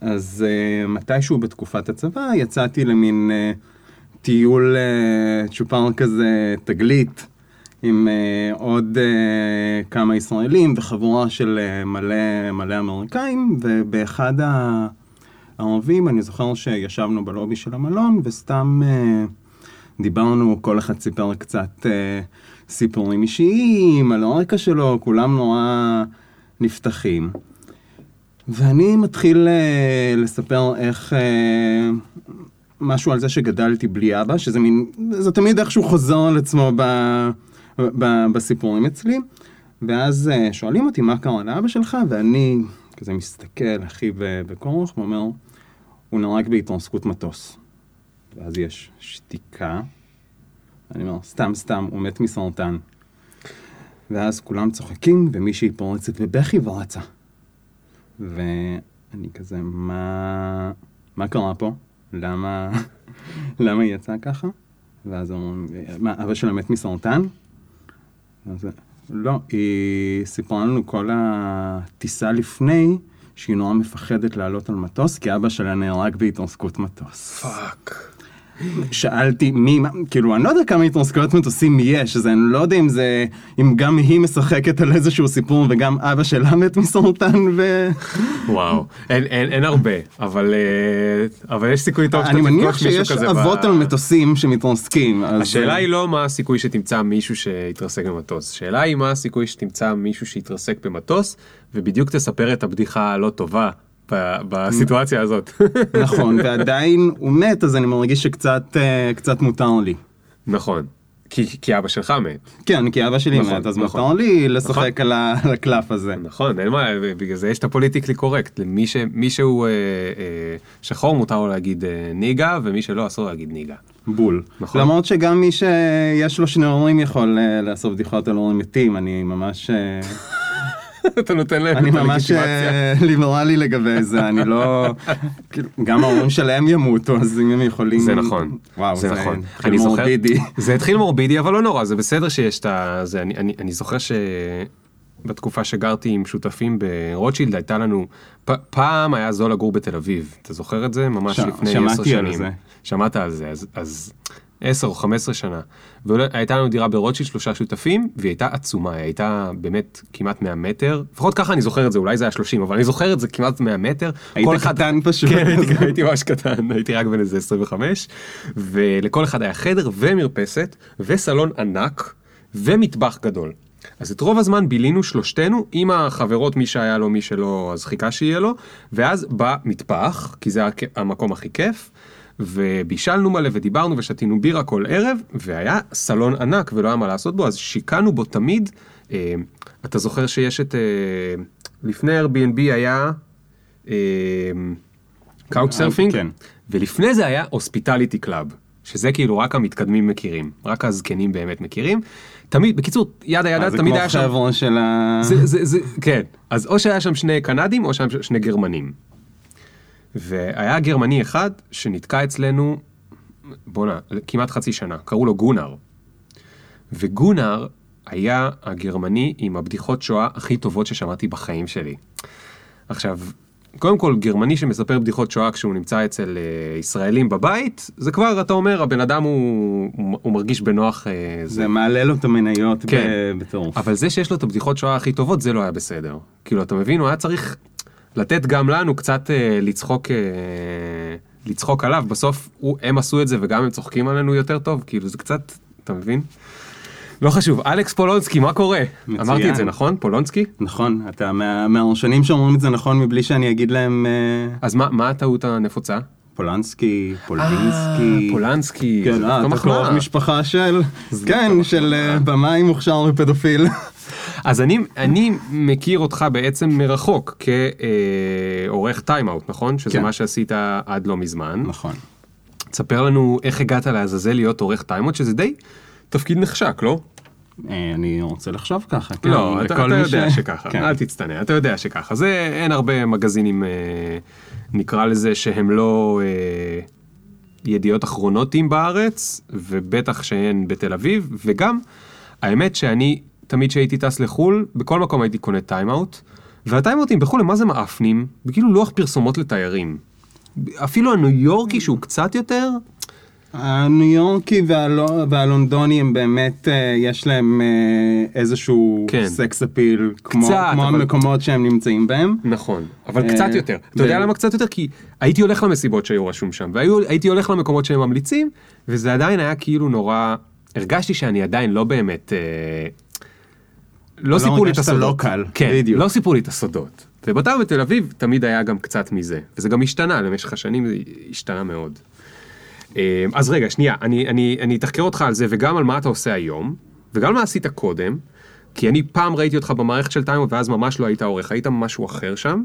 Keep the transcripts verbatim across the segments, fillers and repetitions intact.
אז uh, מתישהו בתקופת הצבא יצאתי למין uh, טיול uh, צ'ופר כזה תגלית, עם uh, עוד uh, כמה ישראלים וחבורה של uh, מלא, מלא אמריקאים, ובאחד הערבים אני זוכר שישבנו בלובי של המלון, וסתם uh, דיברנו, כל אחד סיפר קצת uh, סיפורים אישיים, על הרקע שלו, כולם נורא נפתחים. ואני מתחיל uh, לספר איך... Uh, משהו על זה שגדלתי בלי אבא, שזה מין, זה תמיד איכשהו חוזר על עצמו ב, ב, בסיפורים אצלי, ואז שואלים אותי מה קרה לאבא שלך, ואני כזה מסתכל, אחי בקורח, ואומר, הוא נהרג בהתרסקות מטוס. ואז יש שתיקה, אני אומר, סתם סתם, הוא מת מסרטן. ואז כולם צוחקים, ומישהי פורצת בבכי ורצה. ואני כזה, מה, מה קרה פה? למה, למה היא יצאה ככה? ואז אומרים, מה, אבא שלה מת מסרטן? אז, לא, היא סיפרה לנו כל הטיסה לפני, שהיא נורא מפחדת לעלות על מטוס, כי אבא שלה נהרג בהתרסקות מטוס. פאק. שאלתי מי, כאילו, אני לא יודע כמה התרסקויות מטוסים יש, אז אני לא יודע אם זה, אם גם היא משחקת על איזשהו סיפור, וגם אבא שלה מת מסרטן, ו... וואו, אין, אין, אין הרבה, אבל, אבל יש סיכוי טוב שאתה תפגוש מישהו כזה. אני מניח שיש אבות ב... על מטוסים שמתרסקים. אז... השאלה היא לא מה הסיכוי שתמצא מישהו שיתרסק במטוס, השאלה היא מה הסיכוי שתמצא מישהו שיתרסק במטוס, ובדיוק תספר את הבדיחה הלא טובה, בסיטואציה הזאת. נכון, ועדיין הוא מת, אז אני מרגיש שקצת קצת מותר לי. נכון, כי אבא שלך מת. כן, כי אבא שלי מת, אז מותר לי לשחק על הקלף הזה. נכון, אין מה, בגלל זה יש את הפוליטיקלי קורקט. מי שהוא שחור מותר לו להגיד ניגה, ומי שלא אסור להגיד ניגה. בול. למרות שגם מי שיש לו שני הורים יכול לעשות בדיחות על הורים מתים, אני ממש... אתה נותן להם אני ממש ליברלי לגבי זה, אני לא... גם ההורים שלהם ימותו, אז אם הם יכולים... זה נכון. וואו, זה נכון. התחיל מורבידי. זה התחיל מורבידי, אבל לא נורא, זה בסדר שיש את זה. אני זוכר שבתקופה שגרתי עם שותפים ברוטשילד, הייתה לנו... פעם היה זול לגור בתל אביב. אתה זוכר את זה? ממש לפני עשר שנים. שמעתי על זה. שמעת על זה, אז... עשר או חמש עשרה שנה. והייתה לנו דירה ברוטשילד, שלושה שותפים, והיא הייתה עצומה, היא הייתה באמת כמעט מאה מטר, לפחות ככה אני זוכר את זה, אולי זה היה שלושים, אבל אני זוכר את זה כמעט מאה מטר. היית קטן פשוט. כן, הייתי ממש קטן, הייתי רק בן איזה עשרים וחמש, ולכל אחד היה חדר ומרפסת, וסלון ענק, ומטבח גדול. אז את רוב הזמן בילינו שלושתנו, עם החברות, מי שהיה לו, מי שלא, אז חיכה שיהיה לו, ואז במטבח, כי זה המקום הכי כיף, ובישלנו מלא ודיברנו ושתינו בירה כל ערב, והיה סלון ענק ולא היה מה לעשות בו, אז שיקענו בו תמיד. אה, אתה זוכר שיש את... אה, לפני Airbnb היה אה, קאוץ' סרפינג, כן. ולפני זה היה Hospitality Club, שזה כאילו רק המתקדמים מכירים, רק הזקנים באמת מכירים. תמיד, בקיצור, יד היד, תמיד היה שם... זה כמו חבר'ה של ה... זה, זה, זה, כן. אז או שהיה שם שני קנדים, או שהיה שם שני גרמנים. והיה גרמני אחד שנתקע אצלנו, בונה, כמעט חצי שנה, קראו לו גונר. וגונר היה הגרמני עם הבדיחות שואה הכי טובות ששמעתי בחיים שלי. עכשיו, קודם כל, גרמני שמספר בדיחות שואה כשהוא נמצא אצל uh, ישראלים בבית, זה כבר, אתה אומר, הבן אדם הוא, הוא, הוא מרגיש בנוח. Uh, זה, זה מעלה לו את המניות כן. בטרוף. אבל זה שיש לו את הבדיחות שואה הכי טובות, זה לא היה בסדר. כאילו, אתה מבין, הוא היה צריך... לתת גם לנו קצת אה, לצחוק, אה, לצחוק עליו, בסוף הוא, הם עשו את זה וגם הם צוחקים עלינו יותר טוב, כאילו זה קצת, אתה מבין? לא חשוב, אלכס פולונסקי, מה קורה? מצוין. אמרתי את זה, נכון? פולונסקי? נכון, אתה מה, מהראשונים שאומרים את זה נכון מבלי שאני אגיד להם... אה... אז מה, מה הטעות הנפוצה? פולנסקי, פולבינסקי. אה, פולנסקי. כן, אה, אתה קורא משפחה של, כן, של במאי מוכשר ופדופיל. אז אני, אני מכיר אותך בעצם מרחוק כעורך טיימאוט, נכון? שזה מה שעשית עד לא מזמן. נכון. תספר לנו איך הגעת לעזאזל להיות עורך טיימאוט, שזה די תפקיד נחשק, לא? אני רוצה לחשוב ככה. לא, אתה יודע שככה, אל תצטנע, אתה יודע שככה. זה, אין הרבה מגזינים, נקרא לזה, שהם לא ידיעות אחרונותים בארץ, ובטח שהן בתל אביב, וגם, האמת שאני... תמיד שהייתי טס לחול, בכל מקום הייתי קונה טיימאוט, והטיימאוטים בחול, מה זה מאפנים? וכאילו לוח פרסומות לתיירים. אפילו הניו יורקי שהוא קצת יותר... הניו יורקי והלו, והלונדוני הם באמת, יש להם איזשהו כן. סקס אפיל, כמו, קצת, כמו אבל... המקומות שהם נמצאים בהם. נכון, אבל קצת יותר. אתה יודע למה קצת יותר? כי הייתי הולך למסיבות שהיו רשום שם, והייתי הולך למקומות שהם ממליצים, וזה עדיין היה כאילו נורא... הרגשתי שאני עדיין לא באמת... לא סיפרו לי את הסודות. לא קל, כן, בדיוק. לא סיפרו לי את הסודות. ובתאו בתל אביב תמיד היה גם קצת מזה. וזה גם השתנה, למשך השנים זה השתנה מאוד. אז רגע, שנייה, אני, אני, אני אתחקר אותך על זה, וגם על מה אתה עושה היום, וגם מה עשית קודם, כי אני פעם ראיתי אותך במערכת של טיימו, ואז ממש לא היית עורך, היית משהו אחר שם.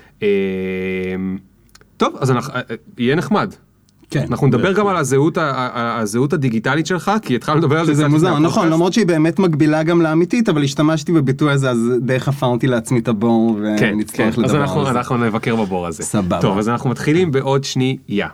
טוב, אז אנחנו, יהיה נחמד. כן. אנחנו נדבר גם על הזהות, הזהות הדיגיטלית שלך, כי התחלנו לדבר על זה. שזה מוזר, נכון, למרות שהיא באמת מקבילה גם לאמיתית, אבל השתמשתי בביטוי הזה, אז די חפרתי לעצמי את הבור, ונצטרך לדבר על זה. אז אנחנו נבקר בבור הזה. סבבה. טוב, אז אנחנו מתחילים בעוד שנייה.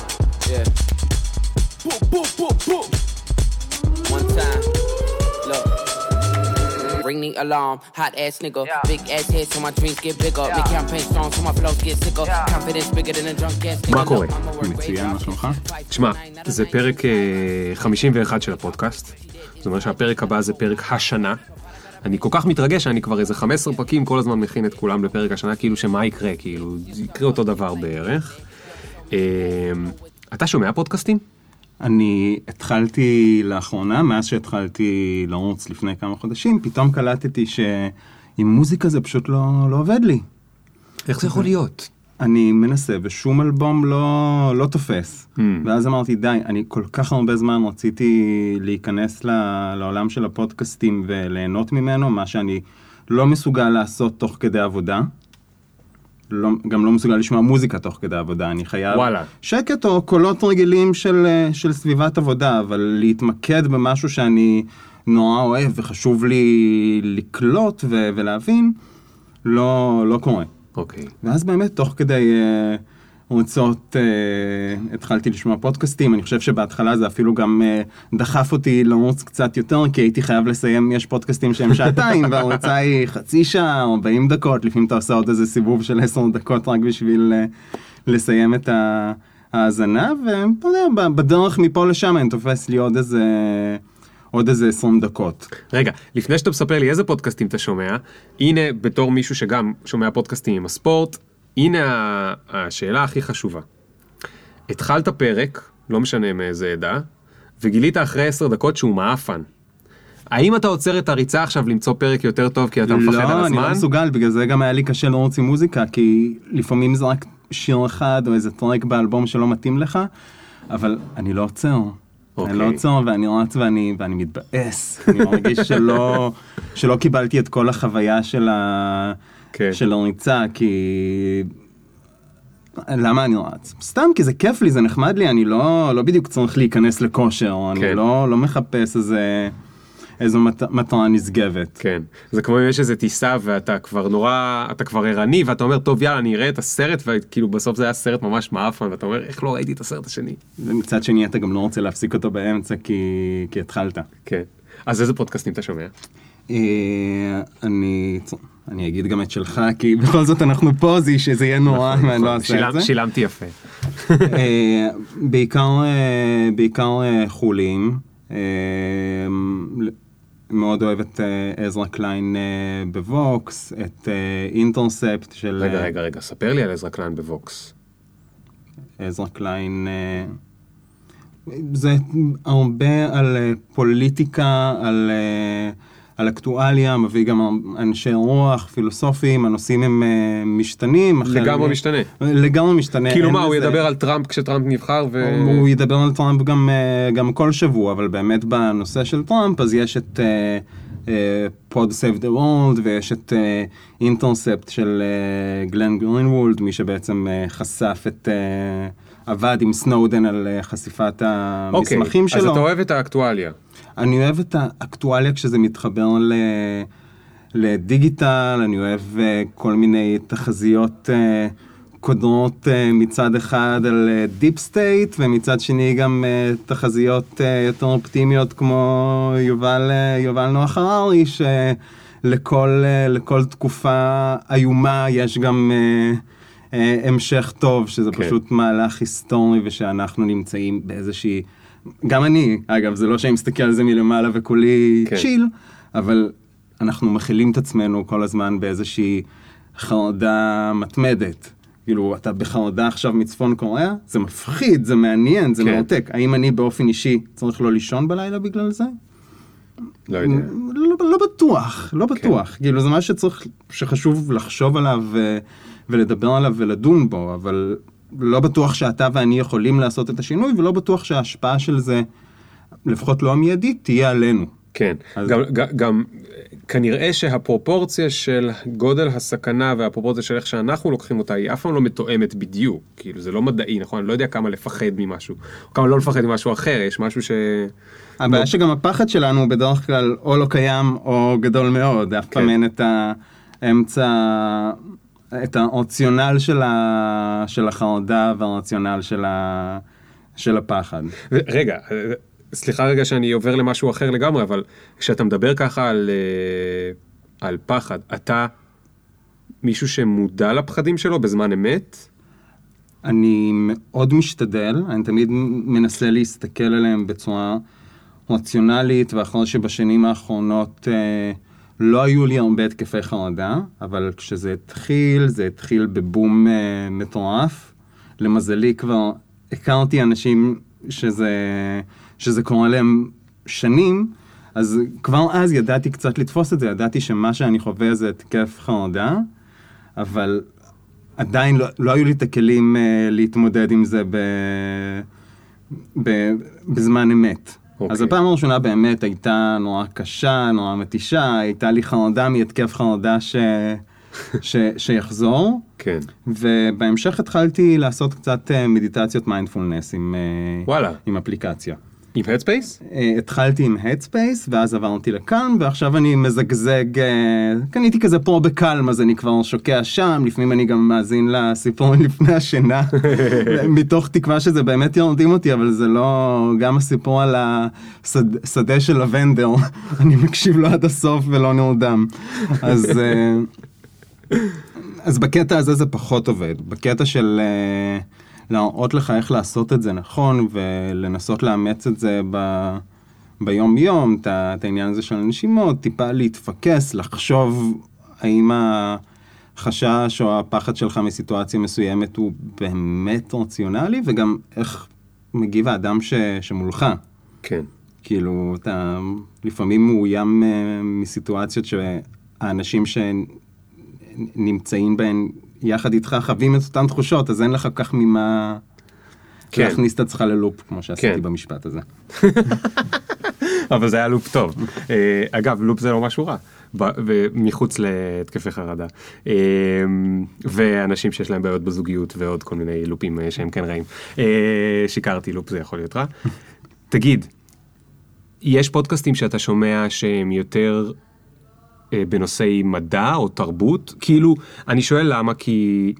One time, look, ring the alarm, hot ass nigga, big ass head so my dreams get bigger, big campaign strong so my flows get sicker, confidence bigger than a drunk ass nigga. מה קורה? מצוין, מה שלומך? תשמע, זה פרק חמישים ואחת של הפודקאסט, זאת אומרת שהפרק הבא זה פרק השנה, אני כל כך מתרגש שאני כבר איזה חמישה עשר פרקים כל הזמן מכין את כולם לפרק השנה, כאילו שמה יקרה, כאילו יקרה אותו דבר בערך. אתה שומע פודקאסטים? אני התחלתי לאחרונה, מאז שהתחלתי לרוץ לפני כמה חודשים, פתאום קלטתי שעם מוזיקה זה פשוט לא, לא עובד לי. איך זה יכול להיות? אני מנסה, ושום אלבום לא, לא תופס. Mm. ואז אמרתי, די, אני כל כך הרבה זמן רציתי להיכנס לעולם של הפודקאסטים וליהנות ממנו, מה שאני לא מסוגל לעשות תוך כדי עבודה. לא, גם לא מסוגל לשמוע מוזיקה תוך כדי עבודה, אני חייב וואלה. שקט או קולות רגילים של, של סביבת עבודה, אבל להתמקד במשהו שאני נורא אוהב וחשוב לי לקלוט ו- ולהבין, לא, לא קורה. אוקיי. ואז באמת תוך כדי uh, רוצות uh, התחלתי לשמוע פודקאסטים, אני חושב שבהתחלה זה אפילו גם uh, דחף אותי לרוץ קצת יותר, כי הייתי חייב לסיים, יש פודקאסטים שהם שעתיים, וההרצאה היא חצי שעה, ארבעים דקות, לפעמים אתה עושה עוד איזה סיבוב של עשר דקות רק בשביל uh, לסיים את ההאזנה, ואתה יודע, בדרך מפה לשם אני תופס לי עוד איזה... עוד איזה עשרים דקות. רגע, לפני שאתה מספר לי איזה פודקאסטים אתה שומע, הנה בתור מישהו שגם שומע פודקאסטים עם הספורט, הנה השאלה הכי חשובה. התחלת פרק, לא משנה מאיזה עדה, וגילית אחרי עשר דקות שהוא מאפן. האם אתה עוצר את הריצה עכשיו למצוא פרק יותר טוב כי אתה מפחד על הזמן? לא, אני לא מסוגל, בגלל זה גם היה לי קשה לרוץ עם מוזיקה, כי לפעמים זה רק שיר אחד או איזה טרק באלבום שלא מתאים לך, אבל אני לא עוצר. Okay. אני לא עוצר ואני רץ ואני, ואני מתבאס. אני מרגיש שלא, שלא קיבלתי את כל החוויה של, ה, okay. של הריצה, כי... למה אני רץ? סתם, כי זה כיף לי, זה נחמד לי, אני לא, לא בדיוק צריך להיכנס לכושר, okay. אני לא, לא מחפש איזה... איזו מטרה נשגבת. כן. זה כמו אם יש איזו טיסה ואתה כבר נורא, אתה כבר ערני, ואתה אומר, טוב, יאללה, אני אראה את הסרט, וכאילו בסוף זה היה סרט ממש מאפן, ואתה אומר, איך לא ראיתי את הסרט השני? ומצד שני, אתה גם לא רוצה להפסיק אותו באמצע, כי, כי התחלת. כן. אז איזה פודקאסטים אתה שומע? אני, אני אגיד גם את שלך, כי בכל זאת אנחנו פה, שזה יהיה נורא, ואני לא אעשה את זה. שילמתי יפה. בעיקר, בעיקר חולים. מאוד אוהב את עזרא קליין בווקס, את אינטרספט של... רגע, רגע, רגע, ספר לי על עזרא קליין בווקס. עזרא קליין, זה הרבה על פוליטיקה, על, על אקטואליה, מביא גם אנשי רוח, פילוסופים, הנושאים הם משתנים. לגמרי מ... משתנה. לגמרי משתנה. כאילו מה, הוא זה... ידבר על טראמפ כשטראמפ נבחר ו... הוא ידבר על טראמפ גם, גם כל שבוע, אבל באמת בנושא של טראמפ, אז יש את uh, uh, Pod Save the World, ויש את אינטרספט uh, של uh, גלן גרינוולד, מי שבעצם uh, חשף את... Uh, עבד עם סנודן על uh, חשיפת המסמכים okay, שלו. אז אתה אוהב את האקטואליה. אני אוהב את האקטואליה כשזה מתחבר ל... לדיגיטל, אני אוהב uh, כל מיני תחזיות uh, קודרות uh, מצד אחד על דיפ uh, סטייט, ומצד שני גם uh, תחזיות uh, יותר אופטימיות כמו יובל, uh, יובל נוח הררי, ש... לכל, לכל תקופה איומה יש גם אה, אה, המשך טוב, שזה כן. פשוט מהלך היסטורי, ושאנחנו נמצאים באיזושהי, גם אני, אגב, זה לא שאני מסתכל על זה מלמעלה וכולי כן. צ'יל, אבל אנחנו מכילים את עצמנו כל הזמן באיזושהי חרדה מתמדת. כאילו, אתה בחרדה עכשיו מצפון קוריאה, זה מפחיד, זה מעניין, זה כן. מרתק. האם אני באופן אישי צריך לא לישון בלילה בגלל זה? לא יודע. לא, לא בטוח, לא בטוח. כן. כאילו, זה מה שצריך, שחשוב לחשוב עליו ו, ולדבר עליו ולדון בו, אבל לא בטוח שאתה ואני יכולים לעשות את השינוי, ולא בטוח שההשפעה של זה, לפחות לא המיידית, תהיה עלינו. כן, אז... גם, גם כנראה שהפרופורציה של גודל הסכנה והפרופורציה של איך שאנחנו לוקחים אותה היא אף פעם לא מתואמת בדיוק, כאילו זה לא מדעי, נכון? אני לא יודע כמה לפחד ממשהו, או כמה לא לפחד ממשהו אחר, יש משהו ש... הבעיה שגם הפחד שלנו בדרך כלל או לא קיים או גדול מאוד, אף פעם אין את האמצע, את האופציונל של החרדה והרציונל של הפחד. רגע, סליחה רגע שאני עובר למשהו אחר לגמרי, אבל כשאתה מדבר ככה על, על פחד, אתה מישהו שמודע לפחדים שלו בזמן אמת? אני מאוד משתדל, אני תמיד מנסה להסתכל עליהם בצורה רציונלית, ואחרי שבשנים האחרונות אה, לא היו לי הרבה התקפי חרדה, אבל כשזה התחיל, זה התחיל בבום אה, מטורף. למזלי כבר הכרתי אנשים שזה... שזה קורה להם שנים, אז כבר אז ידעתי קצת לתפוס את זה, ידעתי שמה שאני חווה זה תקף חרדה, אבל עדיין לא, לא היו לי את הכלים uh, להתמודד עם זה ב, ב, בזמן אמת. Okay. אז הפעם הראשונה באמת הייתה נורא קשה, נורא מתישה, הייתה לי חרדה מהתקף חרדה ש, ש, שיחזור. כן. ובהמשך התחלתי לעשות קצת מדיטציות מיינדפולנס עם, וואלה. עם אפליקציה. עם Headspace? התחלתי עם Headspace, ואז עברתי לכאן, ועכשיו אני מזגזג, קניתי כזה פה בקלם, אז אני כבר שוקע שם, לפעמים אני גם מאזין לסיפורים לפני השינה, מתוך תקווה שזה באמת יורדים אותי, אבל זה לא, גם הסיפור על השדה של לבנדר, אני מקשיב לו עד הסוף ולא נרדם. אז, אז בקטע הזה זה פחות עובד, בקטע של... להראות לך איך לעשות את זה נכון, ולנסות לאמץ את זה ב... ביום יום, את, את העניין הזה של הנשימות, טיפה להתפקס, לחשוב האם החשש או הפחד שלך מסיטואציה מסוימת הוא באמת רציונלי, וגם איך מגיב האדם ש... שמולך. כן. כאילו, אתה לפעמים מאוים מסיטואציות שהאנשים שנמצאים בהן, יחד איתך חווים את אותן תחושות, אז אין לך כך ממה כן. להכניס את עצמך ללופ, כמו שעשיתי כן. במשפט הזה. אבל זה היה לופ טוב. אגב, לופ זה לא משהו רע, מחוץ להתקפי חרדה. ואנשים שיש להם בעיות בזוגיות, ועוד כל מיני לופים שהם כן רעים. שיקרתי, לופ זה יכול להיות רע. תגיד, יש פודקאסטים שאתה שומע שהם יותר... בנושאי מדע או תרבות, כאילו, אני שואל למה, כי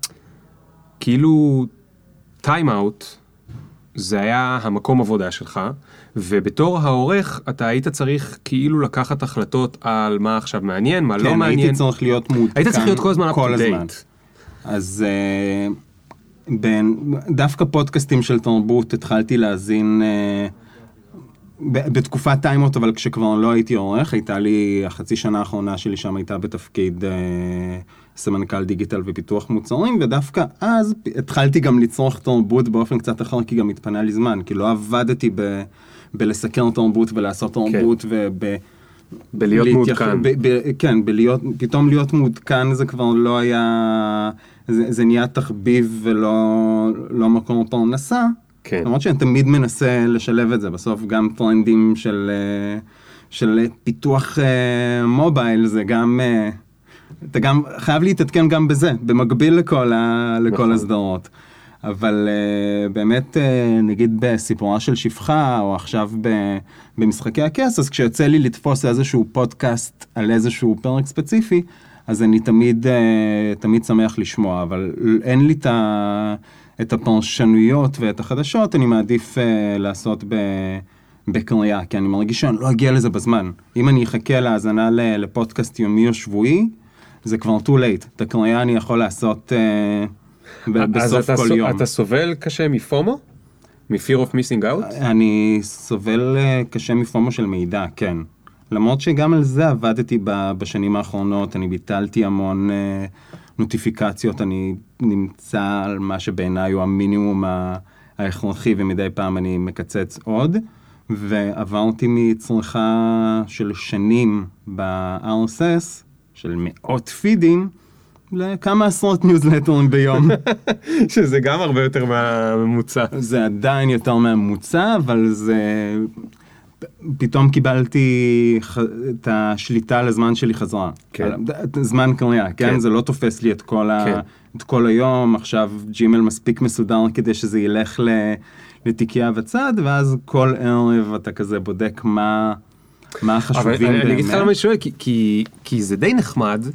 כאילו time out זה היה המקום עבודה שלך, ובתור העורך אתה היית צריך כאילו לקחת החלטות על מה עכשיו מעניין, מה כן, לא מעניין. כן, הייתי צריך להיות מעודכן היית צריך להיות כל הזמן כל הזמן. אז uh, בין, דווקא פודקאסטים של תרבות התחלתי להזין... Uh, בתקופת טיימות, אבל כשכבר לא הייתי עורך, הייתה לי, החצי שנה האחרונה שלי שם הייתה בתפקיד אה, סמנכ"ל דיגיטל ופיתוח מוצרים, ודווקא אז התחלתי גם לצרוך תרבות באופן קצת אחר, כי גם התפנה לי זמן, כי לא עבדתי ב, בלסקר תרבות ולעשות תרבות, כן. וב... בלהיות מעודכן. ב, ב, כן, בלהיות, פתאום להיות מעודכן זה כבר לא היה, זה, זה נהיה תחביב ולא לא מקום פרנסה, כן. למרות שאני תמיד מנסה לשלב את זה, בסוף גם טרנדים של, של פיתוח מובייל, זה גם, אתה גם חייב להתעדכן גם בזה, במקביל לכל, ה, לכל הסדרות. אבל באמת, נגיד בסיפורה של שפחה, או עכשיו במשחקי הכס, אז כשיוצא לי לתפוס איזשהו פודקאסט על איזשהו פרק ספציפי, אז אני תמיד, תמיד שמח לשמוע, אבל אין לי את ה... את הפרשנויות ואת החדשות, אני מעדיף uh, לעשות ב, בקריאה, כי אני מרגיש שאני לא אגיע לזה בזמן. אם אני אחכה להאזנה לפודקאסט יומי או שבועי, זה כבר too late. את הקריאה אני יכול לעשות uh, בסוף כל סו, יום. אתה סובל קשה מפומו? מ-fear of missing out? אני סובל uh, קשה מפומו של מידע, כן. למרות שגם על זה עבדתי בשנים האחרונות, אני ביטלתי המון uh, נוטיפיקציות, אני נמצא על מה שבעיניי הוא המינימום ההכרחי, ומדי פעם אני מקצץ עוד, ועברתי מצריכה של שנים ב-אר אס אס, של מאות פידים, לכמה עשרות ניוזלטרים ביום. שזה גם הרבה יותר מהממוצע. זה עדיין יותר מהממוצע, אבל זה... פתאום קיבלתי את השליטה על הזמן שלי חזרה. כן. זמן קריאה, כן? זה לא תופס לי את כל, ה... את כל היום. עכשיו ג'ימל מספיק מסודר כדי שזה ילך לתיקייה בצד, ואז כל ערב אתה כזה בודק מה, מה החשובים באמת. אבל אני אגיד לך למה אני שואל, כי, כי, כי זה די נחמד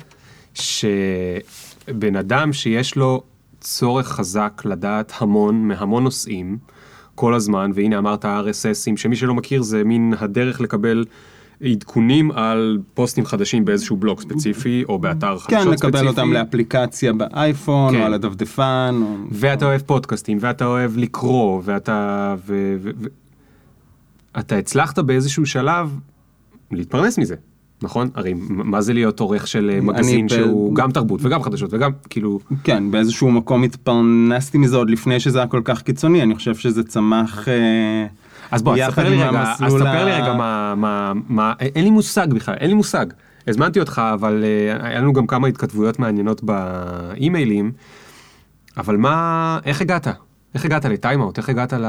שבן אדם שיש לו צורך חזק לדעת המון מהמון נושאים, כל הזמן, והנה אמרת אר אס אסים, שמי שלא מכיר זה מין הדרך לקבל עדכונים על פוסטים חדשים באיזשהו בלוג ספציפי, או באתר חדשות ספציפי. כן, לקבל אותם לאפליקציה באייפון, או על הדפדפן. ואתה אוהב פודקאסטים, ואתה אוהב לקרוא, ואתה... אתה הצלחת באיזשהו שלב להתפרנס מזה. נכון? הרי מה זה להיות עורך של מגזין שהוא גם תרבות וגם חדשות וגם כאילו... כן, באיזשהו מקום התפרנסתי מזה עוד לפני שזה היה כל כך קיצוני, אני חושב שזה צמח... אז בוא, אז תספר לי רגע, אז תספר לי רגע מה, מה, מה, אין לי מושג בכלל, אין לי מושג. הזמנתי אותך, אבל היה לנו גם כמה התכתבויות מעניינות באימיילים, אבל מה, איך הגעת? איך הגעת לטיימאוט? איך הגעת ל...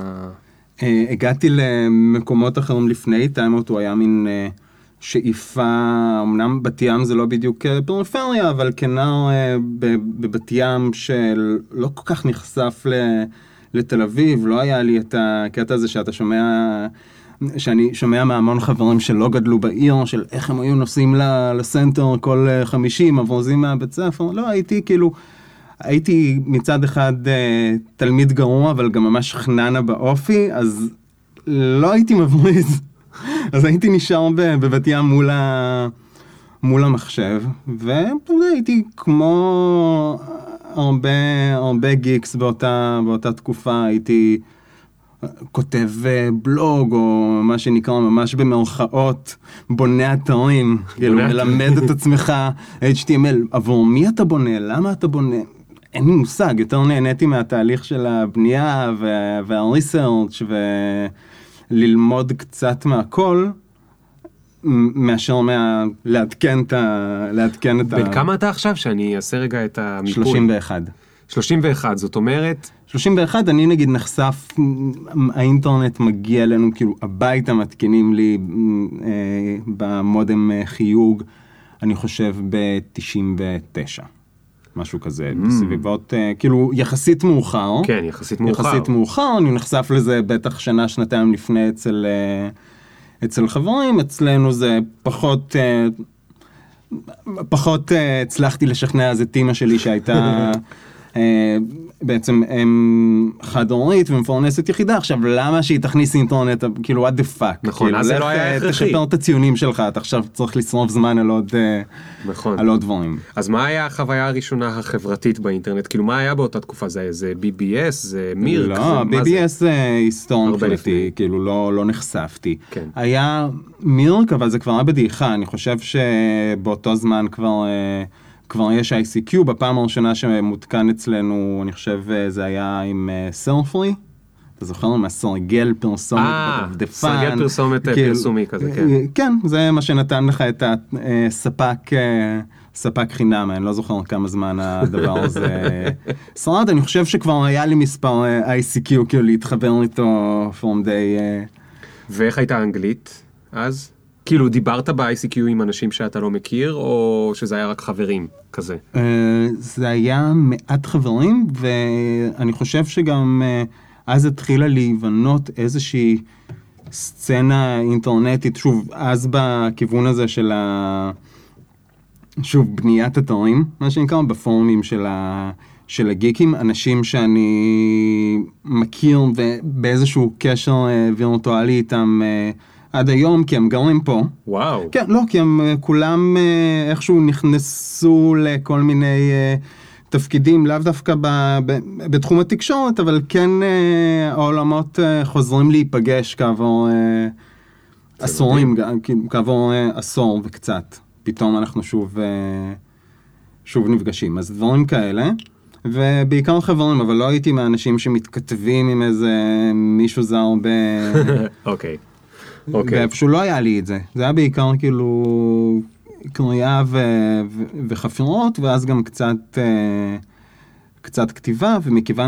הגעתי למקומות אחרים לפני, טיימאוט הוא היה מין... שאיפה, אמנם בת ים זה לא בדיוק פריפריה, אבל כנר בבת ים שלא כל כך נחשף לתל אביב, לא היה לי את הקטע הזה שאתה שומע, שאני שומע מהמון חברים שלא גדלו בעיר, של איך הם היו נוסעים לסנטר כל חמישים, מבוזים מהבית ספר, לא, הייתי כאילו, הייתי מצד אחד תלמיד גרוע, אבל גם ממש חננה באופי, אז לא הייתי מבריז. אז הייתי נשאר בבת ים מול, ה... מול המחשב, והייתי כמו הרבה, הרבה גיקס באותה, באותה תקופה, הייתי כותב בלוג, או מה שנקרא ממש במרכאות, בונה אתרים, כאילו מלמד את עצמך אייץ' טי אם אל, עבור מי אתה בונה, למה אתה בונה? אין לי מושג, יותר נהניתי מהתהליך של הבנייה והריסרצ' ו... ללמוד קצת מהכל, מאשר מה... לעדכן את ה... לעדכן את ה... בין כמה אתה עכשיו שאני אעשה רגע את המיפוי? שלושים ואחת. שלושים ואחת, זאת אומרת... שלושים ואחת, אני נגיד נחשף, האינטרנט מגיע אלינו, כאילו הביתה מתקינים לי אה, במודם חיוג, אני חושב ב-תשעים ותשע. משהו כזה, mm. בסביבות, uh, כאילו, יחסית מאוחר. כן, יחסית מאוחר. יחסית מאוחר, אני נחשף לזה בטח שנה, שנתיים לפני אצל, uh, אצל חברים, אצלנו זה פחות, uh, פחות uh, הצלחתי לשכנע, אז את אמא שלי שהייתה... uh, בעצם הם חד-הורית ומפרנסת יחידה, עכשיו למה שהיא תכניס אינטרנט, כאילו what the fuck, נכון, כאילו, אז זה לא היה הכרחי. תשפר את הציונים שלך, אתה עכשיו צריך לשרוף זמן על עוד, נכון. על עוד דברים. אז מה היה החוויה הראשונה החברתית באינטרנט? כאילו מה היה באותה תקופה? זה, זה בי בי אס? זה מירק? לא, בי בי אס זה היסטוריה מבחינתי, כאילו לא, לא נחשפתי. כן. היה מירק, אבל זה כבר היה בדעיכה, אני חושב שבאותו זמן כבר... כבר יש איי סי קיו, בפעם הראשונה שמותקן אצלנו, אני חושב זה היה עם סרפרי, אתה זוכר מה סרגל פרסומת בדפדפן. סרגל פרסומת פרסומי כזה, כן. כן, זה מה שנתן לך את הספק, ספק חינם, אני לא זוכר כמה זמן הדבר הזה שרד, אני חושב שכבר היה לי מספר איי סי קיו, כאילו להתחבר איתו from day... ואיך הייתה אנגלית אז? כאילו, דיברת ב-איי סי קיו עם אנשים שאתה לא מכיר, או שזה היה רק חברים כזה? זה היה מעט חברים, ואני חושב שגם אז התחילה להיבנות איזושהי סצנה אינטרנטית, שוב, אז בכיוון הזה של ה... שוב, בניית אתרים, מה שנקרא, בפורומים של, ה... של הגיקים, אנשים שאני מכיר ובאיזשהו קשר וירטואלי איתם עד היום, כי הם גרים פה. וואו. כן, לא, כי הם כולם איכשהו נכנסו לכל מיני תפקידים, לאו דווקא ב, ב, בתחום התקשורת, אבל כן העולמות חוזרים להיפגש כעבור עשורים, כעבור עשור וקצת. פתאום אנחנו שוב, שוב נפגשים. אז דברים כאלה. ובעיקר חברים, אבל לא הייתי מהאנשים שמתכתבים עם איזה מישהו זר ב... אוקיי. אוקיי. ואיפשהו לא היה לי את זה. זה היה בעיקר כאילו קריאה ו- ו- וחפירות, ואז גם קצת, קצת כתיבה, ומכיוון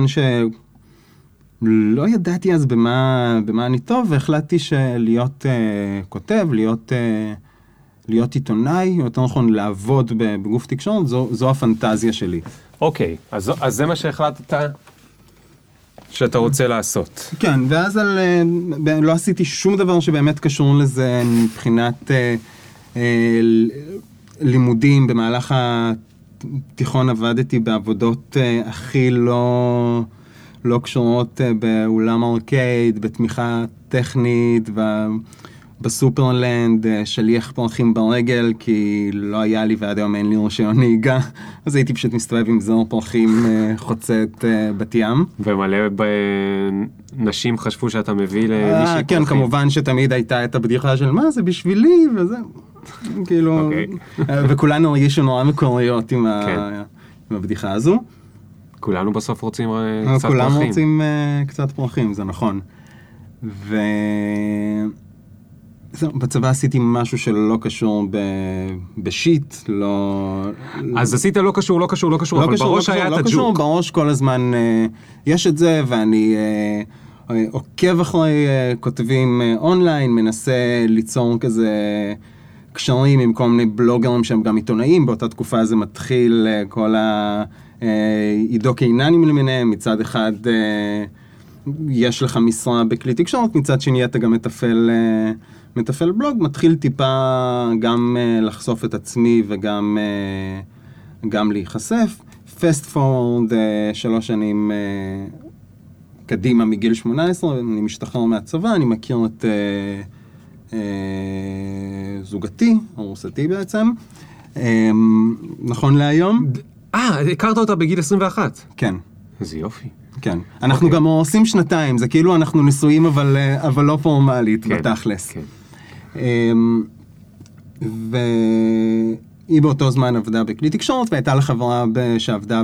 שלא ידעתי אז במה, במה אני טוב, והחלטתי שלהיות כותב, להיות... להיות עיתונאי, יותר נכון לעבוד בגוף תקשורת, זו, זו הפנטזיה שלי. אוקיי, אז, אז זה מה שהחלטת שאתה רוצה לעשות. כן, ואז על, לא עשיתי שום דבר שבאמת קשור לזה מבחינת אה, אה, לימודים. במהלך התיכון עבדתי בעבודות אה, הכי לא, לא קשורות אה, באולם ארקייד, בתמיכה טכנית, ו... בסופרלנד, שליח פרחים ברגל, כי לא היה לי ועד היום אין לי רישיון נהיגה, אז הייתי פשוט מסתובב עם זר פרחים חוצה את בת ים. ומלא נשים חשבו שאתה מביא למישהי פרחים. כן, כמובן שתמיד הייתה את הבדיחה של מה זה בשבילי, וזה, כאילו, וכולנו הרגישו נורא מקוריות עם הבדיחה הזו. כולנו בסוף רוצים קצת פרחים. כולנו רוצים קצת פרחים, זה נכון. ו... בצבא עשיתי משהו שלא קשור ב... בשיט, לא... אז עשית לא קשור, לא קשור, לא קשור, אבל בראש היה את הג'וק. לא קשור, בראש כל הזמן יש את זה, ואני עוקב אחרי כותבים אונליין, מנסה ליצור כזה קשרים עם כל מיני בלוגרים שהם גם עיתונאים. באותה תקופה זה מתחיל כל העידו קיננים למיניהם. מצד אחד יש לך משרה בכלי תקשורת, מצד שני אתה גם מתפעל... מתפעל בלוג, מתחיל טיפה גם uh, לחשוף את עצמי וגם uh, גם להיחשף. fast forward, uh, שלוש שנים uh, קדימה מגיל שמונה עשרה, אני משתחרר מהצבא, אני מכיר את uh, uh, זוגתי, ארוסתי בעצם, um, נכון להיום. אה, הכרת אותה בגיל עשרים ואחת? כן. איזה יופי. כן. אנחנו גם עושים שנתיים, זה כאילו אנחנו נשואים אבל, אבל לא פורמלית, בתכלס. כן. והיא באותו זמן עבדה בכלי תקשורת, והייתה לה חברה שעבדה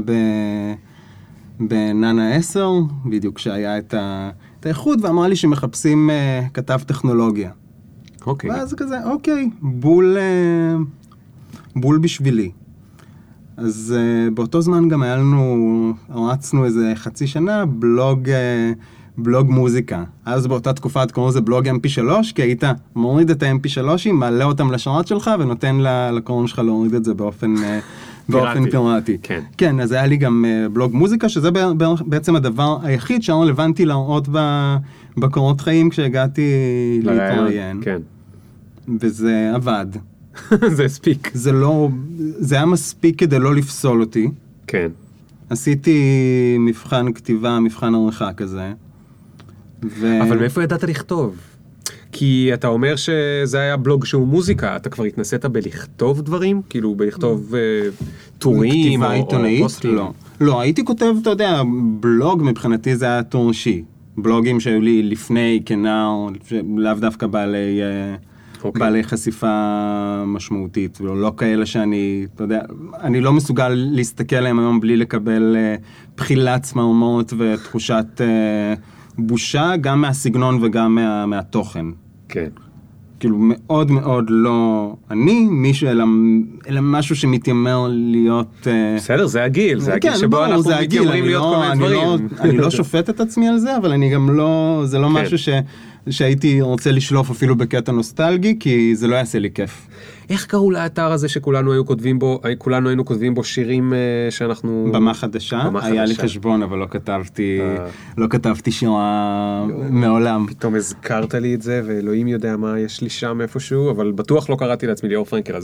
בננה עשר, בדיוק כשהיה את האיחוד, ואמרה לי שמחפשים כתב טכנולוגיה. אוקיי. ואז כזה, אוקיי, בול, בול בשבילי. אז uh, באותו זמן גם היה לנו, רצנו איזה חצי שנה, בלוג, uh, בלוג מוזיקה. אז באותה תקופה קוראים לזה בלוג אם פי שלוש, כי היית מוריד את ה-אם פי שלוש, מעלה אותם לשרת שלך, ונותן לקוראים שלך להוריד את זה באופן, uh, באופן פיראטי. כן. כן, אז היה לי גם uh, בלוג מוזיקה, שזה בעצם הדבר היחיד שרלוונטי להראות בקורות חיים כשהגעתי להתראיין. כן. וזה עבד. זה הספיק. זה לא, זה היה מספיק כדי לא לפסול אותי. כן. עשיתי מבחן כתיבה, מבחן עריכה כזה. ו... אבל מאיפה ידעת לכתוב? כי אתה אומר שזה היה בלוג שהוא מוזיקה, אתה כבר התנסית בלכתוב דברים? כאילו בלכתוב uh, טורים או, או פוסטים? לא. לא, הייתי כותב, אתה יודע, בלוג מבחינתי זה היה טור אישי. בלוגים שהיו לי לפני כנער, לאו דווקא בעלי... Uh, Okay. בעלי חשיפה משמעותית, ולא כאלה שאני, אתה יודע, אני לא מסוגל להסתכל עליהם היום בלי לקבל uh, בחילת צמרמורת ותחושת uh, בושה, גם מהסגנון וגם מה, מהתוכן. כן. כאילו מאוד מאוד לא אני, מישהו, אלא, אלא משהו שמתיימר להיות... בסדר, זה הגיל, זה הגיל כן, שבו בוא, אנחנו מתיימרים להיות לא, כל מיני אני דברים. לא, אני לא שופט את עצמי על זה, אבל אני גם לא, זה לא כן. משהו ש... שהייתי רוצה לשלוף אפילו בקטע נוסטלגי, כי זה לא יעשה לי כיף. איך קראו לאתר הזה שכולנו היו כותבים בו, כולנו היינו כותבים בו שירים שאנחנו... במה חדשה? במה היה חדשה. לי חשבון, אבל לא כתבתי, לא כתבתי שירה מעולם. פתאום הזכרת לי את זה, ואלוהים יודע מה יש לי שם איפשהו, אבל בטוח לא קראתי לעצמי ליאור פרנקל, אז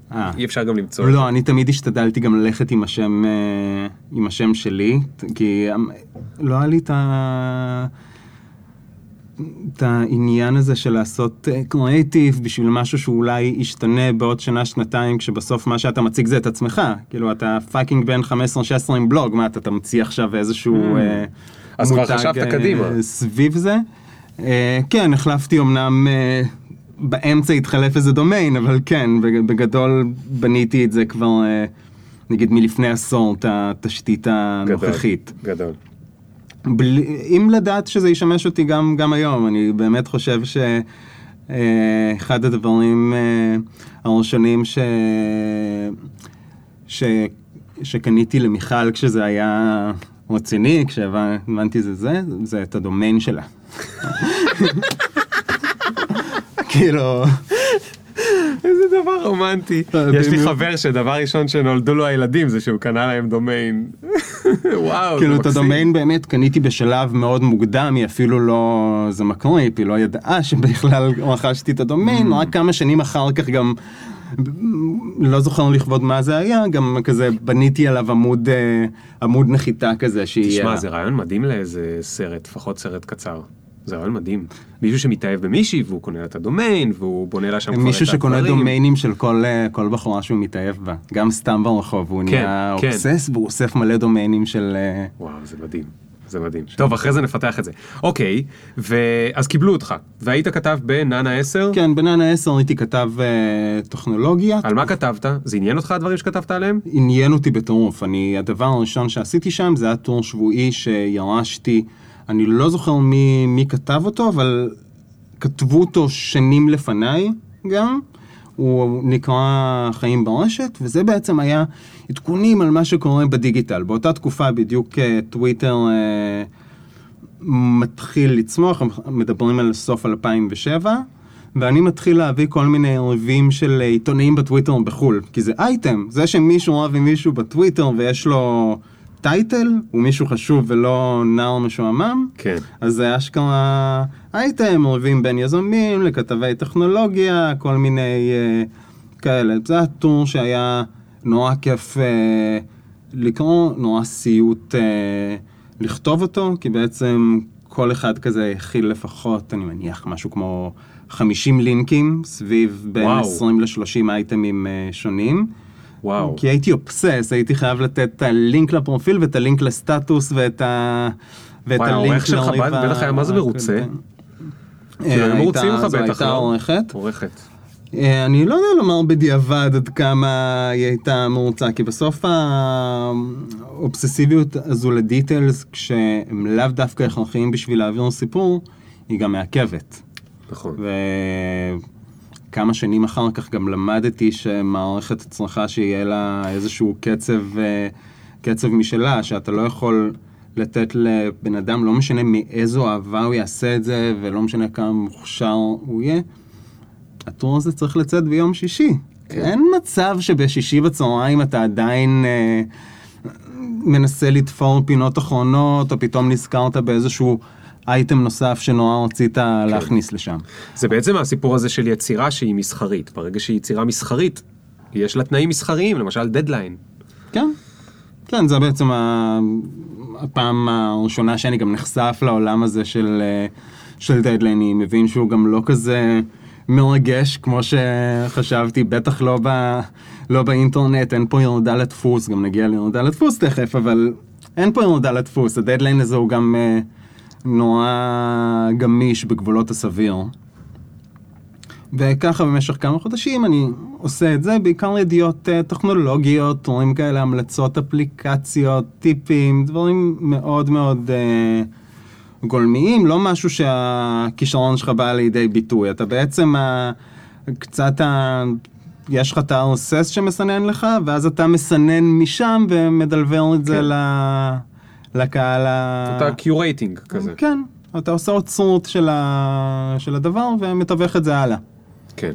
אי אפשר גם למצוא. לא, אני תמיד השתדלתי גם ללכת עם השם, עם השם שלי, כי לא היה לי את ה... את העניין הזה של לעשות קריאיטיב בשביל משהו שאולי ישתנה בעוד שנה, שנתיים, כשבסוף מה שאתה מציג זה את עצמך. כאילו, אתה פאקינג בין חמש עשרה שש עשרה עם בלוג, מה, אתה תמציא עכשיו איזשהו אז כבר חשבת קדימה. סביב זה. כן, החלפתי אמנם, באמצע התחלף איזה דומיין, אבל כן, בגדול בניתי את זה כבר, נגיד, מלפני עשור, את התשתית הנוכחית. גדול, גדול. בלי, אם לדעת שזה ישמש אותי גם, גם היום, אני באמת חושב שאחד הדברים הראשונים ש, ש, שקניתי למיכל כשזה היה רציני, כשהבנתי זה זה, זה את הדומיין שלה. כאילו... איזה דבר רומנטי. יש לי חבר שדבר ראשון שנולדו לו הילדים זה שהוא קנה להם דומיין. וואו, כאילו את הדומיין באמת קניתי בשלב מאוד מוקדם, היא אפילו לא, זה מקריפ, היא לא ידעה שבכלל רכשתי את הדומיין, רק כמה שנים אחר כך גם, לא זוכר לכבוד מה זה היה, גם כזה בניתי עליו עמוד, עמוד נחיתה כזה שיהיה. תשמע, זה רעיון מדהים לאיזה סרט, לפחות סרט קצר. זה רעיון מדהים. מישהו שמתאהב במישהי, והוא קונה את הדומיין, והוא בונה לה שם כבר את הדברים. מישהו שקונה דומיינים של כל, כל בחורה שהוא מתאהב בה. גם סתם ברחוב, הוא כן, נהיה כן. אובסס, והוא אוסף מלא דומיינים של... וואו, זה מדהים. זה מדהים. טוב, אחרי זה נפתח את זה. אוקיי, ואז קיבלו אותך, והיית כתב בננה עשר? כן, בננה עשר הייתי כתב uh, טכנולוגיה. על מה כתבת? זה עניין אותך הדברים שכתבת עליהם? עניין אותי בטירוף. אני, הדבר הראשון שעשיתי שם, זה היה טור שבועי שירשתי, אני לא זוכר מי, מי כתב אותו, אבל כתבו אותו שנים לפניי גם. הוא נקרא חיים ברשת, וזה בעצם היה עדכונים על מה שקורה בדיגיטל. באותה תקופה בדיוק טוויטר אה, מתחיל לצמוח, מדברים על סוף אלפיים ושבע, ואני מתחיל להביא כל מיני ריבים של עיתונאים בטוויטר בחול, כי זה אייטם, זה שמישהו רב עם מישהו בטוויטר ויש לו טייטל, הוא מישהו חשוב ולא נער משועמם, כן. אז זה אשכרה אייטם, ריבים בין יזמים לכתבי טכנולוגיה, כל מיני uh, כאלה. זה הטור שהיה נורא כיף uh, לקרוא, נורא סיוט uh, לכתוב אותו, כי בעצם כל אחד כזה הכיל לפחות, אני מניח, משהו כמו חמישים לינקים, סביב בין וואו. עשרים לשלושים אייטמים uh, שונים. וואו. כי הייתי אובסס, הייתי חייב לתת את הלינק לפרופיל ואת הלינק לסטטוס ואת ה... וואי, העורך שלך בטח היה מה זה מרוצה? הם מרוצים לך בטח, לא? הייתה עורכת. עורכת. אני לא יודע לומר בדיעבד עד כמה היא הייתה מרוצה, כי בסוף האובססיביות הזו לדיטלס, כשהם לאו דווקא הכרחיים בשביל להעביר סיפור, היא גם מעכבת. נכון. ו... כמה שנים אחר כך גם למדתי שמערכת הצלחה שיהיה לה איזשהו קצב, קצב משלה, שאתה לא יכול לתת לבן אדם, לא משנה מאיזו אהבה הוא יעשה את זה, ולא משנה כמה מוכשר הוא יהיה. הטור הזה צריך לצאת ביום שישי. כן. אין מצב שבשישי בצהריים אתה עדיין אה, מנסה לתפור פינות אחרונות, או פתאום נזכרת באיזשהו אייטם נוסף שנורא רצית כן. להכניס לשם. זה בעצם הסיפור הזה של יצירה שהיא מסחרית. ברגע שהיא יצירה מסחרית, יש לה תנאים מסחריים, למשל דדליין. כן, כן, זה בעצם הפעם הראשונה שאני גם נחשף לעולם הזה של, של דדליין. אני מבין שהוא גם לא כזה מרגש, כמו שחשבתי, בטח לא, ב, לא באינטרנט, אין פה ירדה לדפוס, גם נגיע לירדה לדפוס תכף, אבל אין פה ירדה לדפוס. הדדליין הזה הוא גם נורא גמיש בגבולות הסביר. וככה במשך כמה חודשים אני עושה את זה, בעיקר ידיעות טכנולוגיות, דברים כאלה, המלצות אפליקציות, טיפים, דברים מאוד מאוד uh, גולמיים, לא משהו שהכישרון שלך בא לידי ביטוי. אתה בעצם uh, קצת, uh, יש לך את ה-אר אס אס שמסנן לך, ואז אתה מסנן משם ומדלבר את זה כן. ל... לקהל ה... אתה קיורייטינג כזה. כן, אתה עושה אוצרות של, ה... של הדבר ומתווך את זה הלאה. כן.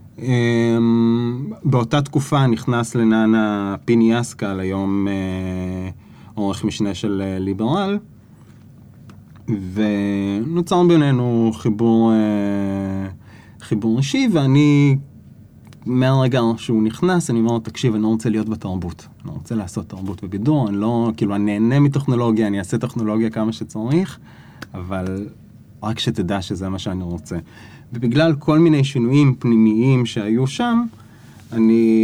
באותה תקופה נכנס לננה פיני אסקל, היום עורך משנה של ליברל, ונוצר בינינו חיבור, חיבור אישי, ואני מהרגע שהוא נכנס, אני אומר, תקשיב, אני לא רוצה להיות בתרבות. אני רוצה לעשות תרבות ובידור, אני לא, כאילו, אני נהנה מטכנולוגיה, אני אעשה טכנולוגיה כמה שצריך, אבל רק שתדע שזה מה שאני רוצה. ובגלל כל מיני שינויים פנימיים שהיו שם, אני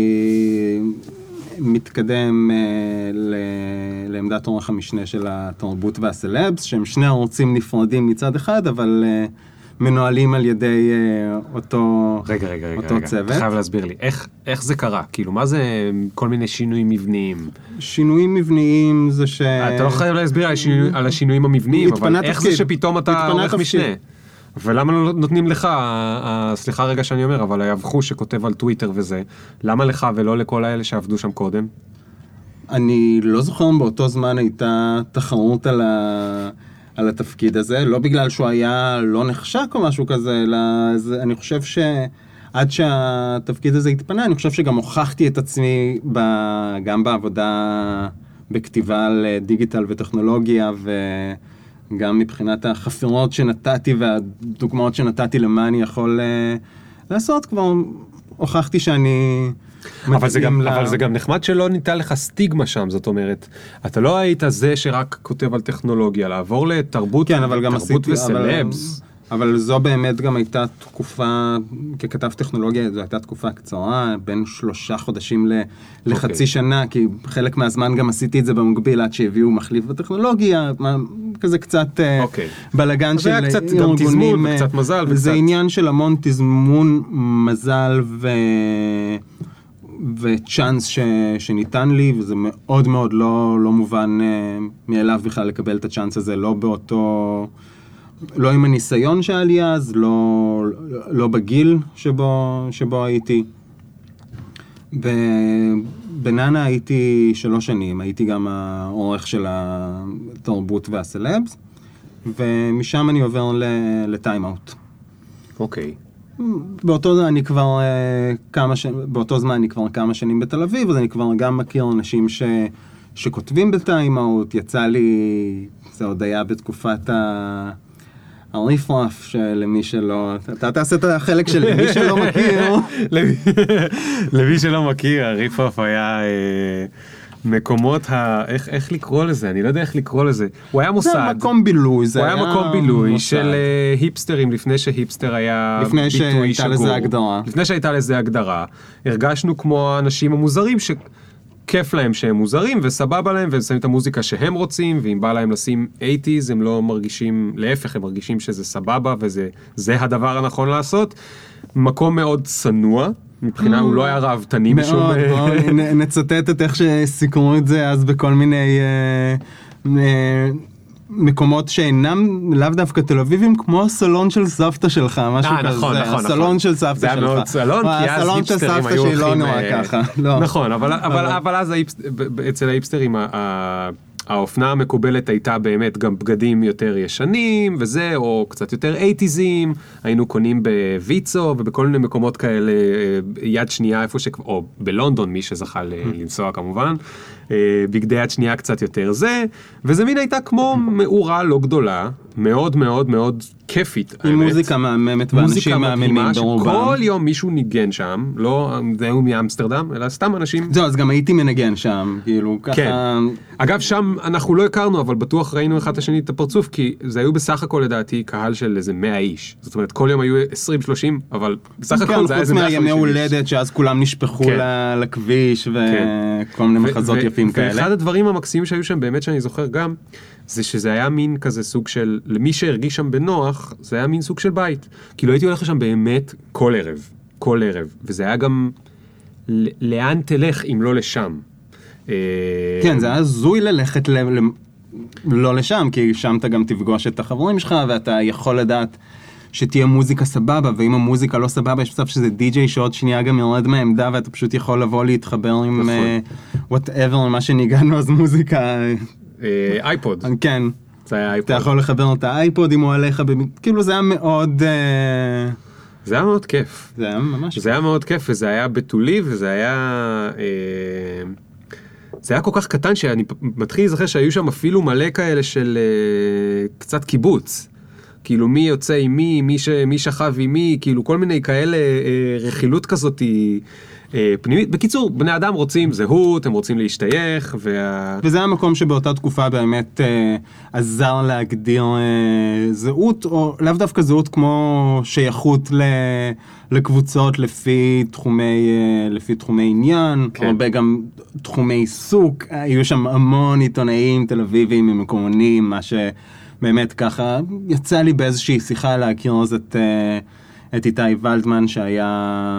מתקדם uh, ל... לעמדת עורך המשנה של התרבות והסלבס, שהם שני ערוצים נפרדים מצד אחד, אבל uh, מנוהלים על ידי uh, אותו, רגע, רגע, רגע, אותו רגע. צוות. אתה חייב להסביר לי, איך, איך זה קרה? כאילו, מה זה כל מיני שינויים מבניים? שינויים מבניים זה ש... אתה לא חייב להסביר על, שינוי, על השינויים המבניים, אבל איך זה שפתאום אתה עורך משנה? ולמה לא נותנים לך, סליחה רגע שאני אומר, אבל היבחו שכותב על טוויטר וזה, למה לך ולא לכל האלה שעבדו שם קודם? אני לא זוכר אם באותו זמן הייתה תחרות על, ה... על התפקיד הזה, לא בגלל שהוא היה לא נחשק או משהו כזה, אלא זה, אני חושב שעד שהתפקיד הזה התפנה, אני חושב שגם הוכחתי את עצמי ב... גם בעבודה בכתיבה על דיגיטל וטכנולוגיה ו... גם מבחינת החפירות שנתתי והדוגמאות שנתתי למה אני יכול uh, לעשות, כבר הוכחתי שאני... אבל זה, גם, לה... אבל זה גם נחמד שלא ניתן לך סטיגמה שם, זאת אומרת, אתה לא היית זה שרק כותב על טכנולוגיה, לעבור לתרבות, כן, אבל גם תרבות עשיתי, וסלבס. אבל... אבל זו באמת גם הייתה תקופה, ככתב טכנולוגיה, זו הייתה תקופה קצרה, בין שלושה חודשים לחצי okay. שנה, כי חלק מהזמן גם עשיתי את זה במקביל, עד שהביאו מחליף בטכנולוגיה, כזה קצת okay. בלגן של ארגונים. זה היה קצת גם תזמון וקצת מזל. וקצת... זה עניין של המון תזמון, מזל ו... וצ'אנס ש... שניתן לי, וזה מאוד מאוד לא, לא מובן מאליו בכלל לקבל את הצ'אנס הזה, לא באותו... לא עם הניסיון שהיה לי אז, לא, לא בגיל שבו, שבו הייתי. בננה הייתי שלוש שנים, הייתי גם העורך של התרבות והסלבס, ומשם אני עובר לטיים-אוט. אוקיי. באותו, אני כבר, כמה ש... באותו זמן אני כבר כמה שנים בתל אביב, אז אני כבר גם מכיר אנשים ש... שכותבים בטיים-אוט, יצא לי, זה עוד היה בתקופת ה... הריפרף שלמי שלא, אתה תעשה את החלק של למי שלא מכיר. למי שלא מכיר, הריפרף היה מקומות, איך לקרוא לזה? אני לא יודע איך לקרוא לזה. הוא היה מוסד. זה היה מקום בילוי. הוא היה מקום בילוי של היפסטרים, לפני שהיפסטר היה ביטוי שגור. לפני שהייתה לזה הגדרה. לפני שהייתה לזה הגדרה. הרגשנו כמו האנשים המוזרים ש... כיף להם שהם מוזרים וסבבה להם והם שמים את המוזיקה שהם רוצים, ואם בא להם לשים שמונים הם לא מרגישים, להפך הם מרגישים שזה סבבה וזה זה הדבר הנכון לעשות. מקום מאוד צנוע, מבחינה הוא לא היה רעבתני בשום... מאוד, בואו נצטט את איך שסיכמו את זה אז בכל מיני... מקומות שאינם לאו דווקא תל אביבים, כמו הסלון של סבתא שלך, משהו כזה. נכון, נכון. הסלון של סבתא שלך. זה היה מאוד סלון, כי אז היפסטרים היו הולכים... לא נורא ככה. נכון, אבל אז אצל ההיפסטרים האופנה המקובלת הייתה באמת גם בגדים יותר ישנים וזה, או קצת יותר אייטיזים, היינו קונים בוויצו ובכל מיני מקומות כאלה, יד שנייה איפה ש... או בלונדון, מי שזכה לנסוע כמובן, בגדי יד שנייה קצת יותר זה, וזה מין הייתה כמו מאורה לא גדולה, מאוד מאוד מאוד כיפית. עם מוזיקה מהממת ואנשים מאמינים ברובם. כל יום מישהו ניגן שם, לא זהו מאמסטרדם, אלא סתם אנשים... זהו, אז גם הייתי מנגן שם, כאילו ככה... כן. אגב, שם אנחנו לא הכרנו, אבל בטוח ראינו אחד השני את הפרצוף, כי זה היו בסך הכל לדעתי קהל של איזה מאה איש. זאת אומרת, כל יום היו עשרים שלושים, אבל בסך הכל זה היה איזה מאה וחמישים איש. חוץ מהימי הולדת, שאז כולם נשפכו לכביש וכל מיני מחזות יפים כאלה. ואחד הדברים המקסימים שהיו שם, באמת שאני זוכר גם, זה שזה היה מין כזה סוג של, למי שהרגיש שם בנוח, זה היה מין סוג של בית. כאילו הייתי הולך לשם באמת כל ערב, כל ערב. וזה היה גם, לאן תלך אם לא לשם? כן, זה היה זוי ללכת ל... לא לשם, כי שם אתה גם תפגוש את החברים שלך, ואתה יכול לדעת שתהיה מוזיקה סבבה, ואם המוזיקה לא סבבה, יש בסוף שזה די-ג'יי שעוד שנייה גם יורד מהעמדה, ואתה פשוט יכול לבוא להתחבר עם whatever, מה שניגענו, אז מוזיקה... אייפוד. כן. זה היה אייפוד. אתה יכול לחבר את האייפוד אם הוא עליך, כאילו זה היה מאוד... זה היה מאוד כיף. זה היה ממש... זה היה מאוד כיף, וזה היה בתולי, וזה היה... זה היה כל כך קטן שאני מתחיל להיזכר שהיו שם אפילו מלא כאלה של קצת קיבוץ. כאילו מי יוצא עם מי, מי, ש, מי שכב עם מי, כאילו כל מיני כאלה אה, רכילות כזאת היא אה, פנימית. בקיצור, בני אדם רוצים זהות, הם רוצים להשתייך, וה... וזה המקום שבאותה תקופה באמת אה, עזר להגדיר אה, זהות, או לאו דווקא זהות כמו שייכות ל, לקבוצות לפי תחומי, אה, לפי תחומי עניין, כן. הרבה גם תחומי עיסוק, היו שם המון עיתונאים תל אביבים ממקומונים, מה שבאמת ככה יצא לי באיזושהי שיחה להכיר אז את, אה, את איתי ולדמן שהיה...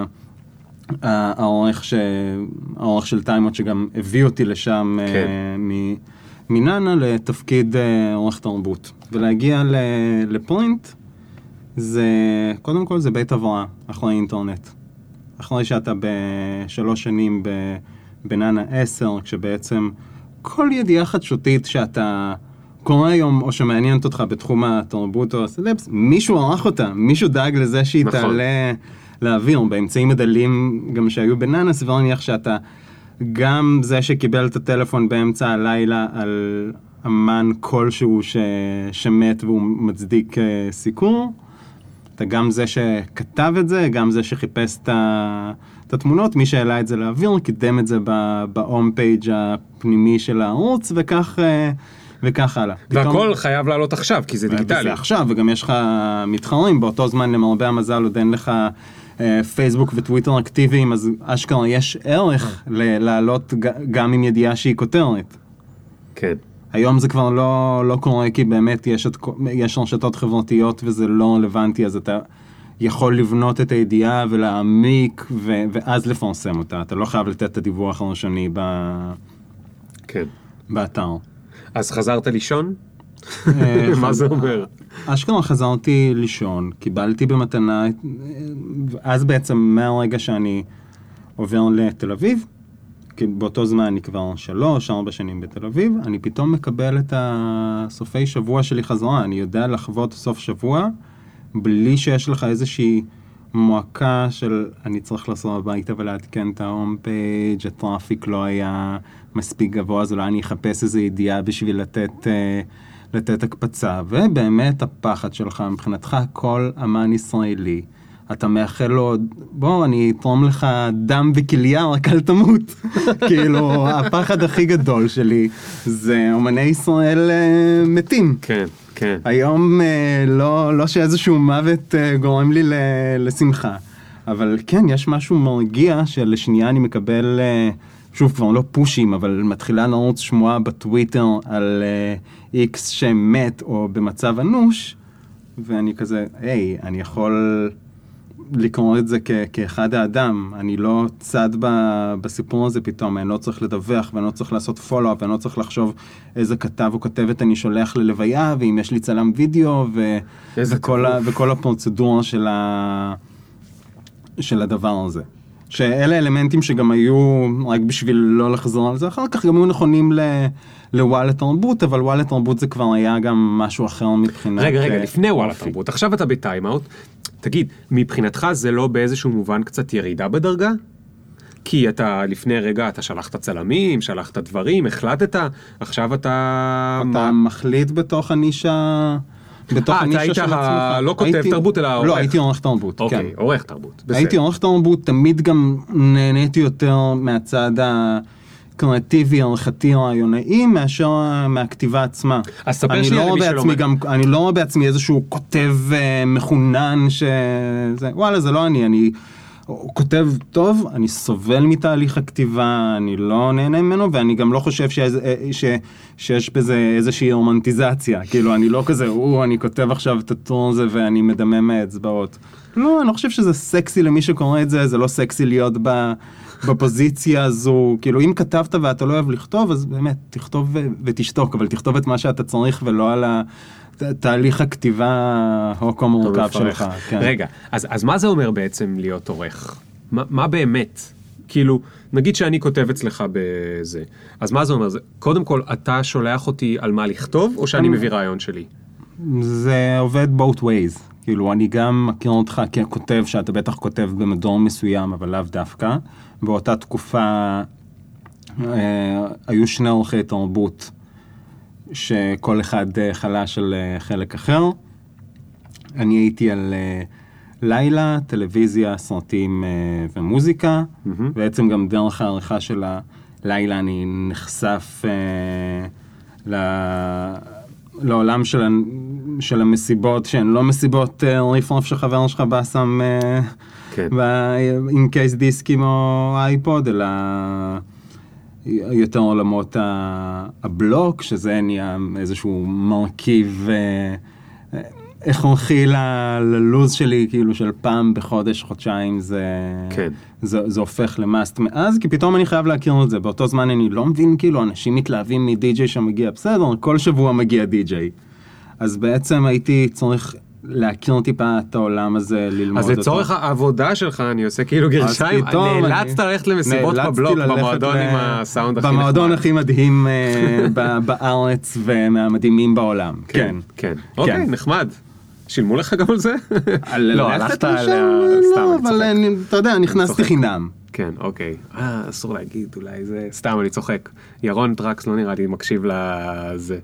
העורך, ש... העורך של טיימות שגם הביא אותי לשם כן. uh, מננה לתפקיד uh, עורך תרבות. ולהגיע ל... לפוינט, זה, קודם כל זה בית הבראה, אחרי אינטרנט. אחרי שאתה בשלוש שנים ב... בננה עשר, כשבעצם כל ידיעה חדשותית שאתה קורא היום, או שמעניינת אותך בתחום התרבות או הסלבס, מישהו ערך אותה, מישהו דאג לזה שהיא נכון. תעלה... להעביר, באמצעים מדלים גם שהיו בננה, סבר נניח שאתה גם זה שקיבל את הטלפון באמצע הלילה על אמן כלשהו ש... שמת והוא מצדיק סיקור, אתה גם זה שכתב את זה, גם זה שחיפש את, ה... את התמונות, מי שהעלה את זה לאוויר, קידם את זה בהום פייג' הפנימי של הערוץ, וכך... וכך הלאה. והכל פתאום... חייב לעלות עכשיו, כי זה דיגיטלי. וזה עכשיו, וגם יש לך מתחרים, באותו זמן למרבה המזל עוד אין לך אה, פייסבוק וטוויטר אקטיביים, אז אשכרה יש ערך ל- לעלות ג- גם עם ידיעה שהיא כותרת. כן. היום זה כבר לא, לא קורה, כי באמת יש, את, יש רשתות חברתיות וזה לא רלוונטי, אז אתה יכול לבנות את הידיעה ולהעמיק, ו- ואז לפרסם אותה. אתה לא חייב לתת את הדיווח הראשוני ב- כן. באתר. אז חזרת לישון? מה זה אומר? אשכרה חזרתי לישון, קיבלתי במתנה, אז בעצם מהרגע שאני עובר לתל אביב, כי באותו זמן אני כבר שלוש, ארבע שנים בתל אביב, אני פתאום מקבל את הסופי שבוע שלי חזרה, אני יודע לחוות סוף שבוע, בלי שיש לך איזושהי מועקה של אני צריך לעשות הביתה ולעדכן את ההום פייג', הטראפיק לא היה מספיק גבוה, אז אולי אני אחפש איזו ידיעה בשביל לתת, לתת הקפצה, ובאמת הפחד שלך, מבחינתך כל אמן ישראלי, אתה מאחל לו, בוא אני אתרום לך דם וכליה, רק אל תמות. כאילו, הפחד הכי גדול שלי זה אומני ישראל מתים. כן. כן. היום לא, לא שאיזשהו מוות גורם לי לשמחה, אבל כן, יש משהו מרגיע שלשנייה אני מקבל, שוב כבר לא פושים, אבל מתחילה לרוץ שמועה בטוויטר על איקס שמת או במצב אנוש, ואני כזה, היי, אני יכול לקרוא את זה כ- כאחד האדם, אני לא צד ב- בסיפור הזה פתאום, אני לא צריך לדווח, ואני לא צריך לעשות פולו-אפ, ואני לא צריך לחשוב איזה כתב או כתבת אני שולח ללוויה, ואם יש לי צלם וידאו, ו- וכל, ה- וכל הפרוצדורה של, ה- של הדבר הזה. שאלה אלמנטים שגם היו, רק בשביל לא לחזור על זה, אחר כך גם היו נכונים ל... לוואלה תרבות, אבל וואלה תרבות זה כבר היה גם משהו אחר מבחינת... רגע, רגע, לפני וואלה תרבות, עכשיו אתה בטיימאוט, תגיד, מבחינתך זה לא באיזשהו מובן קצת ירידה בדרגה? כי אתה לפני רגע, אתה שלחת צלמים, שלחת דברים, החלטת, עכשיו אתה... אתה מחליט בתוך הנישה... אה, אתה היית לא כותב תרבות, אלא עורך. לא, הייתי עורך תרבות, כן. אוקיי, עורך תרבות, בסדר. הייתי עורך תרבות, תמיד גם נהניתי יותר מהצד הקריאטיבי, ערכתי, רעיונאי, מאשר מהכתיבה עצמה. אז ספר שנייה למי שלא... אני לא רואה בעצמי איזשהו כותב מחונן שזה... וואלה, זה לא אני, אני... הוא כותב טוב, אני סובל מתהליך הכתיבה, אני לא נהנה ממנו, ואני גם לא חושב שיש, ש, שיש בזה איזושהי רומנטיזציה. כאילו, אני לא כזה, או, אני כותב עכשיו את הטור הזה ואני מדמם מהאצבעות. לא, אני לא חושב שזה סקסי למי שקורא את זה, זה לא סקסי להיות בפוזיציה הזו. כאילו, אם כתבת ואתה לא אוהב לכתוב, אז באמת, תכתוב ו- ותשתוק, אבל תכתוב את מה שאתה צריך ולא על ה... תהליך הכתיבה הוקו מורכב שלך. כן. רגע, אז, אז מה זה אומר בעצם להיות עורך? מה, מה באמת? כאילו, נגיד שאני כותב אצלך בזה, אז מה זה אומר? זה, קודם כל, אתה שולח אותי על מה לכתוב, או שאני מביא רעיון שלי? זה עובד both ways. כאילו, אני גם מכיר אותך ככותב, שאתה בטח כותב במדור מסוים, אבל לאו דווקא. באותה תקופה, אה, היו שני עורכי תרבות, שכל אחד חלש על חלק אחר, אני הייתי על לילה, טלוויזיה, סרטים ומוזיקה, בעצם גם דרך העריכה של הלילה אני נחשף ל... לעולם של, של המסיבות, שהן לא מסיבות ריפרוף שחבר שלך בא שם כן. עם קייס דיסקים או אייפוד, אלא יותר עולמות הבלוק, שזה נהיה איזשהו מרכיב הכרחי ללוז שלי, כאילו של פעם בחודש, חודשיים, זה, כן. זה, זה הופך למאסט מאז, כי פתאום אני חייב להכיר את זה. באותו זמן אני לא מבין, כאילו, אנשים מתלהבים מדי-ג'יי שמגיע, בסדר, כל שבוע מגיע די-ג'יי. אז בעצם הייתי צריך להכיר טיפה את העולם הזה, ללמוד אותו. אז לצורך העבודה שלך, אני עושה כאילו גרשיים, נאלצת ללכת למסיבות בבלוק, במועדון עם הסאונד הכי נחמד. במועדון הכי מדהים בארץ, ומהמדהימים בעולם. כן. כן. אוקיי, נחמד. שילמו לך גם על זה? לא, הלכת על... לא, אבל אתה יודע, נכנסתי חינם. כן, אוקיי. אה, אסור להגיד, אולי זה... סתם, אני צוחק. ירון טרקס לא נראה לי מקשיב לזה.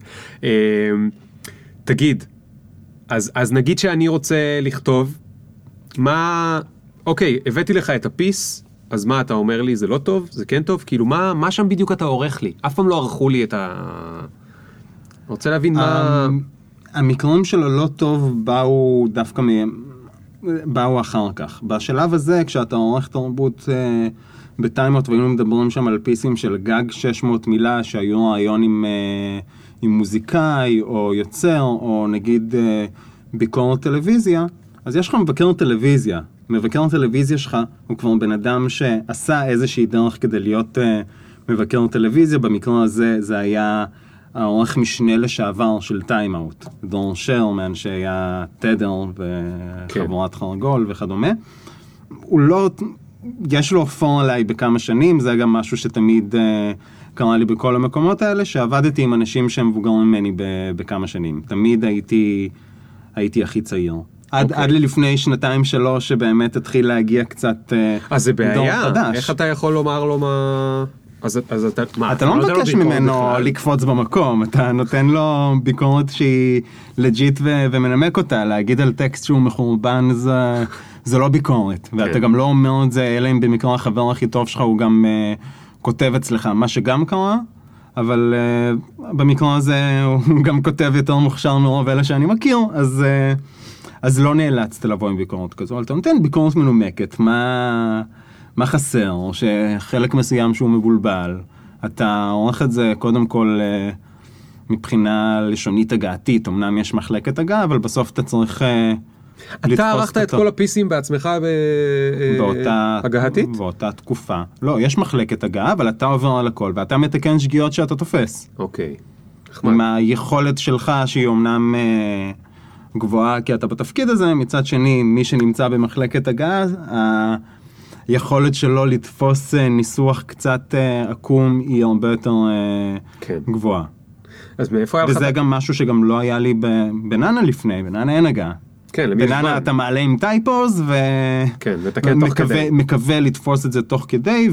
תגיד, אז, אז נגיד שאני רוצה לכתוב, מה... אוקיי, הבאתי לך את הפיס, אז מה אתה אומר לי, זה לא טוב? זה כן טוב? כאילו, מה, מה שם בדיוק אתה עורך לי? אף פעם לא ערכו לי את ה... רוצה להבין מה... המקרים שלו לא טוב באו דווקא מ... באו אחר כך. בשלב הזה, כשאתה עורך תרבות אה, בטיימות, והיינו מדברים שם על פיסים של גג שש מאות מילה, שהיו רעיון עם, אה, עם מוזיקאי, או יוצר, או נגיד אה, ביקורת טלוויזיה, אז יש לך מבקר טלוויזיה. מבקר טלוויזיה שלך הוא כבר בן אדם שעשה איזושהי דרך כדי להיות אה, מבקר טלוויזיה. במקרה הזה זה היה... העורך משנה לשעבר של טיימאוט, דון שרמן שהיה תדר וחבורת חרגול וכדומה. הוא לא, יש לו פור עליי בכמה שנים, זה גם משהו שתמיד uh, קרה לי בכל המקומות האלה, שעבדתי עם אנשים שהם מבוגרים ממני בכמה שנים. תמיד הייתי, הייתי הכי צעיר. עד, okay. עד ללפני שנתיים שלוש שבאמת התחיל להגיע קצת uh, אז זה בעיה, איך אתה יכול לומר לו מה... אז, אז אתה, מה, אתה לא מבקש ממנו לקפוץ במקום, אתה נותן לו ביקורת שהיא לג'יט ו- ומנמק אותה, להגיד על טקסט שהוא מחורבן זה, זה לא ביקורת, כן. ואתה גם לא אומר את זה, אלא אם במקרה החבר הכי טוב שלך הוא גם uh, כותב אצלך, מה שגם קרה, אבל uh, במקרה הזה הוא גם כותב יותר מוכשר מרוב אלה שאני מכיר, אז, uh, אז לא נאלצת לבוא עם ביקורת כזו, אבל אתה נותן ביקורת מנומקת, מה... מה חסר, או שחלק מסוים שהוא מבולבל. אתה עורך את זה קודם כל מבחינה לשונית הגעתית, אמנם יש מחלקת הגעה, אבל בסוף אתה צריך לתפוס אותו. אתה ערכת את כל הפיסים בעצמך בהגעתית? באותה תקופה. לא, יש מחלקת הגעה, אבל אתה עובר על הכל, ואתה מתקן שגיאות שאתה תופס. אוקיי. עם היכולת שלך, שהיא אמנם גבוהה, כי אתה בתפקיד הזה, מצד שני, מי שנמצא במחלקת הגעה, היכולת שלו לתפוס ניסוח קצת עקום היא הרבה יותר כן. גבוהה. אז מאיפה היה לך... וזה גם משהו שגם לא היה לי בננה לפני, בננה אין הגעה. כן, בננה אתה מעלה עם טייפוז ו... כן, מתקן תוך כדי. מקווה לתפוס את זה תוך כדי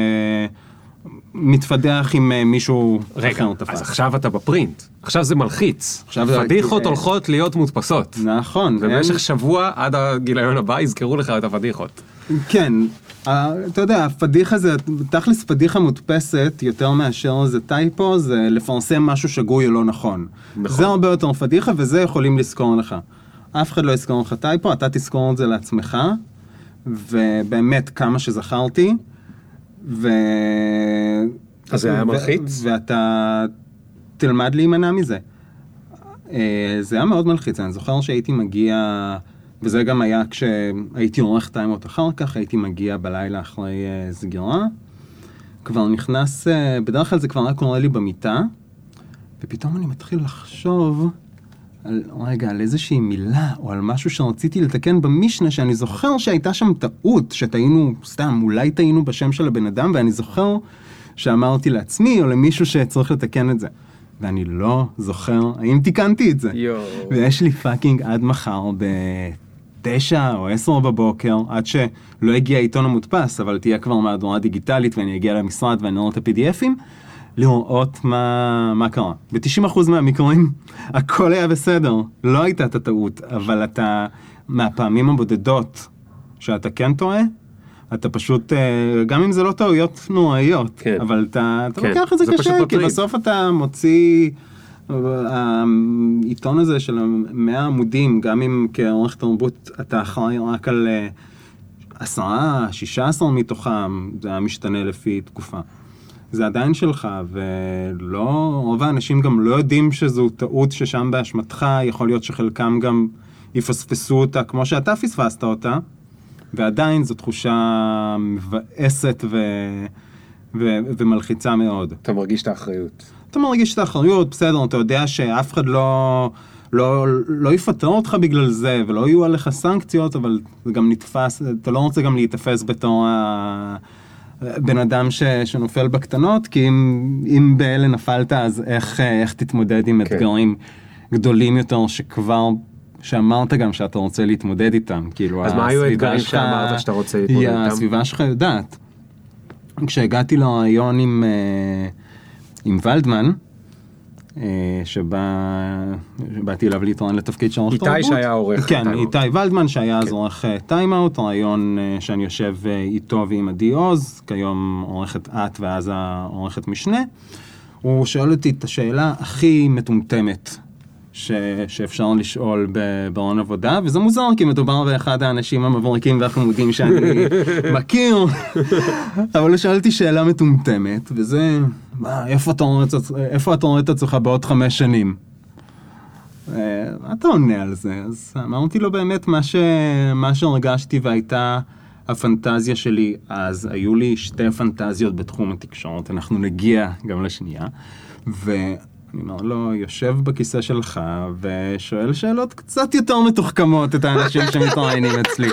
ומתפדח עם מישהו אחר תפס. אז עכשיו אתה בפרינט. עכשיו זה מלחיץ. פדיחות הולכות להיות מודפסות. נכון. ובמשך שבוע עד הגיליון הבא יזכרו לך את הפדיחות. כן, אתה יודע, הפדיחה זה, תכלס פדיחה מודפסת יותר מאשר זה טייפו, זה לפרסם משהו שגוי או לא נכון. נכון. זה הרבה יותר פדיחה וזה יכולים לזכור לך. אף אחד לא יזכור לך טייפו, אתה תזכור את זה לעצמך, ובאמת כמה שזכרתי, ו... אז זה היה מלחיץ? ואתה תלמד להימנע מזה. זה היה מאוד מלחיץ, אני זוכר שהייתי מגיע... וזה גם היה כשהייתי עורך טיימות אחר כך, הייתי מגיע בלילה אחרי uh, סגירה, כבר נכנס, uh, בדרך כלל זה כבר היה קורה לי במיטה, ופתאום אני מתחיל לחשוב על, רגע, על איזושהי מילה, או על משהו שרציתי לתקן במשנה, שאני זוכר שהייתה שם טעות, שטעינו, סתם, אולי טעינו בשם של הבן אדם, ואני זוכר שאמרתי לעצמי, או למישהו שצריך לתקן את זה. ואני לא זוכר האם תיקנתי את זה. יו. ויש לי פאקינג עד מחר ב... תשע או עשר בבוקר, עד שלא הגיע העיתון המודפס, אבל תהיה כבר מהדורה דיגיטלית, ואני אגיע למשרד ואני אראה את ה-פי די אפים, לראות מה, מה קרה. ב-תשעים אחוז מהמקרים הכל היה בסדר, לא הייתה את הטעות, אבל אתה, מהפעמים הבודדות שאתה כן טועה, אתה פשוט, גם אם זה לא טעויות נוראיות, כן. אבל אתה, אתה כן. לוקח את זה, זה קשה, כי בסוף אתה מוציא, העיתון הזה של מאה עמודים, גם אם כעורך תרבות, אתה אחראי רק על עשרה, שישה עשר מתוכם, זה היה משתנה לפי תקופה. זה עדיין שלך, ולא, רוב האנשים גם לא יודעים שזו טעות ששם באשמתך, יכול להיות שחלקם גם יפספסו אותה כמו שאתה פספסת אותה, ועדיין זו תחושה מבאסת ו... ו... ומלחיצה מאוד. אתה מרגיש את האחריות. אתה מרגיש את האחריות, בסדר, אתה יודע שאף אחד לא, לא, לא יפטר אותך בגלל זה, ולא יהיו עליך סנקציות, אבל זה גם נתפס, אתה לא רוצה גם להתאפס בתור ה... בן אדם ש... שנופל בקטנות, כי אם, אם באלה נפלת, אז איך, איך תתמודד עם כן. אתגרים גדולים יותר שכבר... שאמרת גם שאתה רוצה להתמודד איתם, כאילו, אז מה היו האתגרים שאמרת שאתה רוצה להתמודד איתם? הסביבה שלך יודעת. כשהגעתי לרעיון עם, עם ולדמן, שבאתי אליו להתראיין לתפקיד של עורך תרבות. איתי שהיה עורך כן, איתי ולדמן, שהיה אז עורך טיימאוט, רעיון שאני יושב איתו ועם עדי עוז, כיום עורכת את ואז העורכת משנה. הוא שואל אותי את השאלה הכי מטומטמת ש... שאפשר לשאול בעון עבודה, וזה מוזר, כי מדובר באחד האנשים המבריקים והחמודים שאני מכיר, אבל שאלתי שאלה מטומטמת, וזה, מה, איפה אתה רואה, איפה אתה רואה את עצמך בעוד חמש שנים? אתה עונה על זה, אז אמרתי לו באמת מה, ש... מה שהרגשתי והייתה הפנטזיה שלי, אז היו לי שתי פנטזיות בתחום התקשורת, אנחנו נגיע גם לשנייה, ו... אני אומר לו, יושב בכיסא שלך ושואל שאלות קצת יותר מתוחכמות את האנשים שמתראיינים אצלי.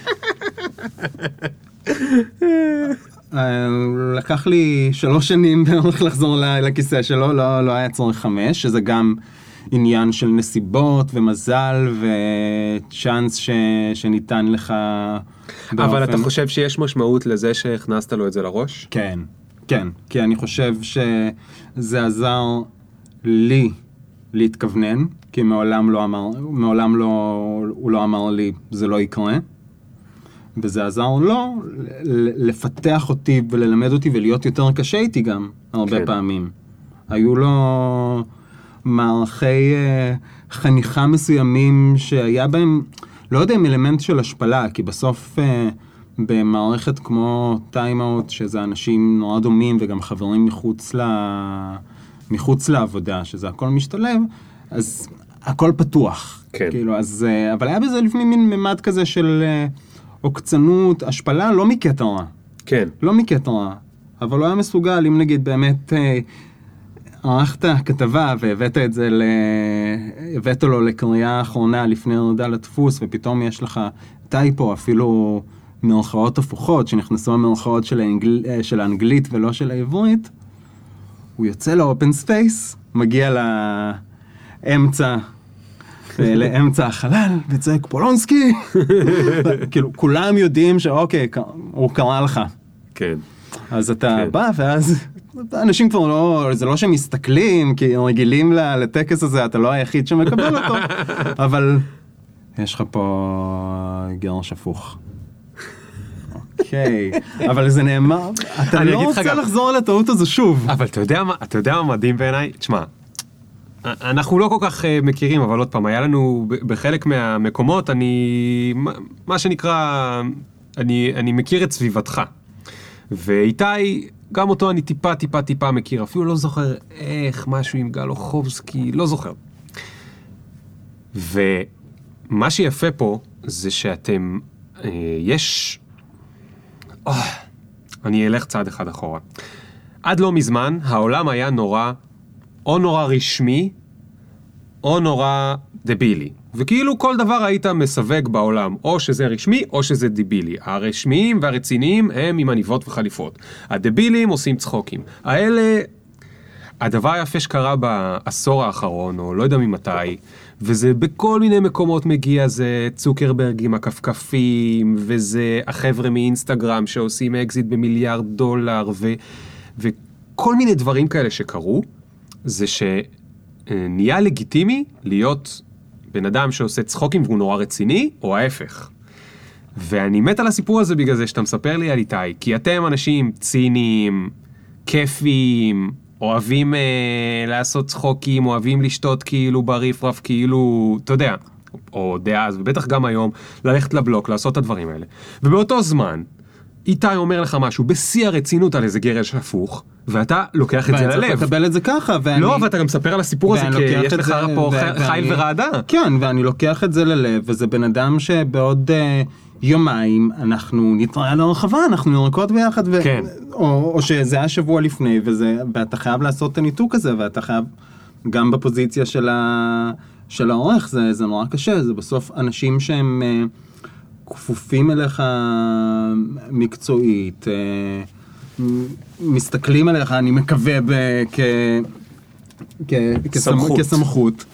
לקח לי שלוש שנים בערך לחזור לכיסא שלו, לא, לא היה צורך חמש, שזה גם עניין של נסיבות ומזל וצ'אנס ש, שניתן לך באופן. אבל אתה חושב שיש משמעות לזה שהכנסת לו את זה לראש? כן, כן, כי אני חושב שזה עזר לי להתכוונן, כי מעולם לא אמר, מעולם לא, הוא לא אמר לי, זה לא יקרה. וזה עזר לו לפתח אותי וללמד אותי ולהיות יותר קשה איתי גם, הרבה כן. פעמים. היו לו מערכי uh, חניכה מסוימים שהיה בהם, לא יודע אם אלמנט של השפלה, כי בסוף uh, במערכת כמו טיימאוט, שזה אנשים נורא דומים וגם חברים מחוץ ל... מחוץ לעבודה, שזה הכל משתלב, אז הכל פתוח. כן. כאילו, אז, אבל היה בזה לפעמים מין ממד כזה של עוקצנות, השפלה, לא מקטע רע. כן. לא מקטע רע. אבל לא היה מסוגל, אם נגיד באמת ערכת כתבה והבאת את זה, ל... הבאת לו לקריאה האחרונה לפני ירידה לדפוס, ופתאום יש לך טייפו, אפילו מרכאות הפוכות, שנכנסו המרכאות של, האנגל... של האנגלית ולא של העברית, הוא יוצא לאופן ספייס, מגיע לאמצע, לאמצע החלל, וצעק פולונסקי. כאילו, כולם יודעים שאוקיי, הוא קרא לך. כן. אז אתה בא, ואז אנשים כבר לא, זה לא שמסתכלים, כי הם רגילים לטקס הזה, אתה לא היחיד שמקבל אותו, אבל יש לך פה גר שפוך. אוקיי, אבל זה נאמר, אתה לא רוצה לחזור על הטעות הזו שוב. אבל אתה יודע מה, אתה יודע מה מדהים בעיניי? תשמע, אנחנו לא כל כך מכירים, אבל עוד פעם, היה לנו בחלק מהמקומות, אני, מה שנקרא, אני, אני מכיר את סביבתך. ואיתי, גם אותו אני טיפה, טיפה, טיפה מכיר, אפילו לא זוכר איך, משהו עם גל אוחובסקי, לא זוכר. ומה שיפה פה, זה שאתם, יש... Oh, אני אלך צעד אחד אחורה. עד לא מזמן, העולם היה נורא, או נורא רשמי, או נורא דבילי. וכאילו כל דבר היית מסווג בעולם, או שזה רשמי, או שזה דבילי. הרשמיים והרציניים הם עם עניבות וחליפות. הדבילים עושים צחוקים. האלה, הדבר היפה שקרה בעשור האחרון, או לא יודע ממתי, וזה בכל מיני מקומות מגיע, זה צוקרברג עם הכפכפים, וזה החבר'ה מאינסטגרם שעושים אקזיט במיליארד דולר, ו, וכל מיני דברים כאלה שקרו, זה נהיה לגיטימי להיות בן אדם שעושה צחוקים והוא נורא רציני, או ההפך. ואני מת על הסיפור הזה בגלל זה שאתה מספר לי על איתי, כי אתם אנשים ציניים, כיפיים, אוהבים אה, לעשות צחוקים, אוהבים לשתות כאילו בריף רף, כאילו, אתה יודע, או דאז, ובטח גם היום, ללכת לבלוק, לעשות את הדברים האלה. ובאותו זמן, איתי אומר לך משהו בשיא הרצינות על איזה גרש הפוך, ואתה לוקח את זה ללב. ואתה תקבל את זה ככה, ואני... לא, ואתה גם מספר על הסיפור הזה, כי יש לך פה חיל ורעדה. כן, ואני לוקח את זה ללב, וזה בן אדם שבעוד יומיים אנחנו נתראה לרחבה, אנחנו נרקוד ביחד, או שזה היה שבוע לפני, ואתה חייב לעשות את הניתוק הזה, ואתה חייב גם בפוזיציה של העורך, זה נורא קשה, זה בסוף אנשים שהם... כפופים אליך מקצועית, מסתכלים עליך, אני מקווה, כ... כ... כסמכות. כסמכות.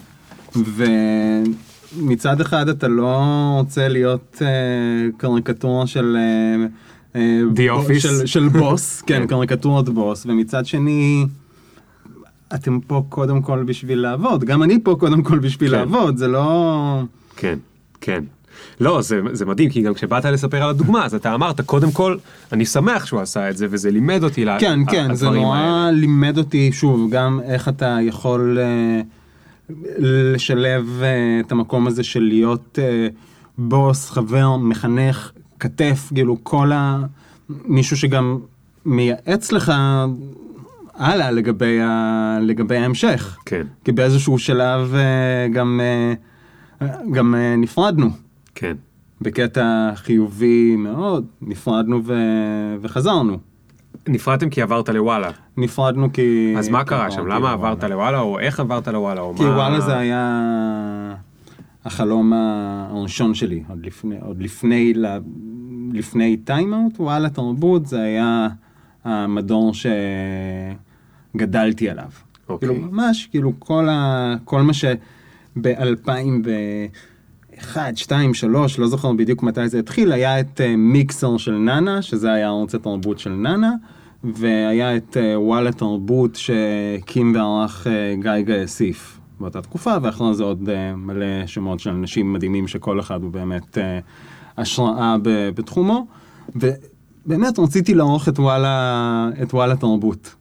ומצד אחד אתה לא רוצה להיות קריקטורה של... The Office. של, של בוס, כן, קריקטורת בוס, ומצד שני, אתם פה קודם כל בשביל לעבוד, גם אני פה קודם כל בשביל כן. לעבוד, זה לא... כן, כן. לא, זה, זה מדהים, כי גם כשבאת לספר על הדוגמה, אז אתה אמרת, קודם כל, אני שמח שהוא עשה את זה, וזה לימד אותי לה, כן, כן, זה נורא האלה. לימד אותי, שוב, גם איך אתה יכול uh, לשלב uh, את המקום הזה של להיות uh, בוס, חבר, מחנך, כתף, כאילו כל ה... מישהו שגם מייעץ לך הלאה לגבי, ה... לגבי ההמשך. כן. כי באיזשהו שלב uh, גם, uh, גם uh, נפרדנו. כן. בקטע חיובי מאוד, נפרדנו ו... וחזרנו. נפרדתם כי עברת לוואלה. נפרדנו כי... אז מה קרה שם? למה עברת לוואלה, או איך עברת לוואלה? כי וואלה זה היה החלום הראשון שלי, עוד לפני, עוד לפני, לפני טיימאוט, וואלה תרבות, זה היה המדור שגדלתי עליו. אוקיי. כאילו ממש, כאילו כל, ה... כל מה שב-אלפיים ו... אחד, שתיים, שלוש, לא זוכר בדיוק מתי זה התחיל, היה את uh, מיקסר של נאנה, שזה היה ערוץ התרבות של נאנה, והיה את uh, וואלה תרבות שקים וערך uh, גיא גיא אסיף באותה תקופה, ואחרי זה עוד uh, מלא שמות של אנשים מדהימים שכל אחד הוא באמת uh, השראה ב- בתחומו, ובאמת רציתי לערוך את וואלה, את וואלה תרבות.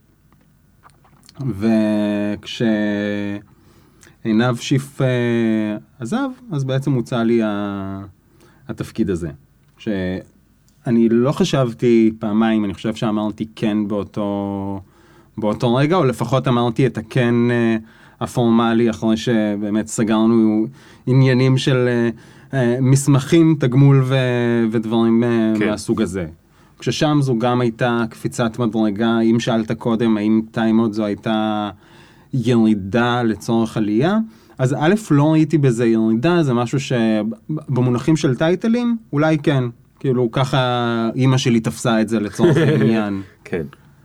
וכש... עינב שיף עזב, אז בעצם הוצא לי התפקיד הזה. שאני לא חשבתי פעמיים, אני חושב שאמרתי כן באותו, באותו רגע, או לפחות אמרתי את הכן הפורמלי, אחרי שבאמת סגרנו עניינים של מסמכים, תגמול ו- ודברים כן. מהסוג הזה. כששם זו גם הייתה קפיצת מדרגה, אם שאלת קודם, האם טיימאוט זו הייתה... ירידה לצורך עלייה, אז א' לא ראיתי בזה ירידה, זה משהו שבמונחים של טייטלים, אולי כן, כאילו ככה אמא שלי תפסה את זה לצורך העניין. כן.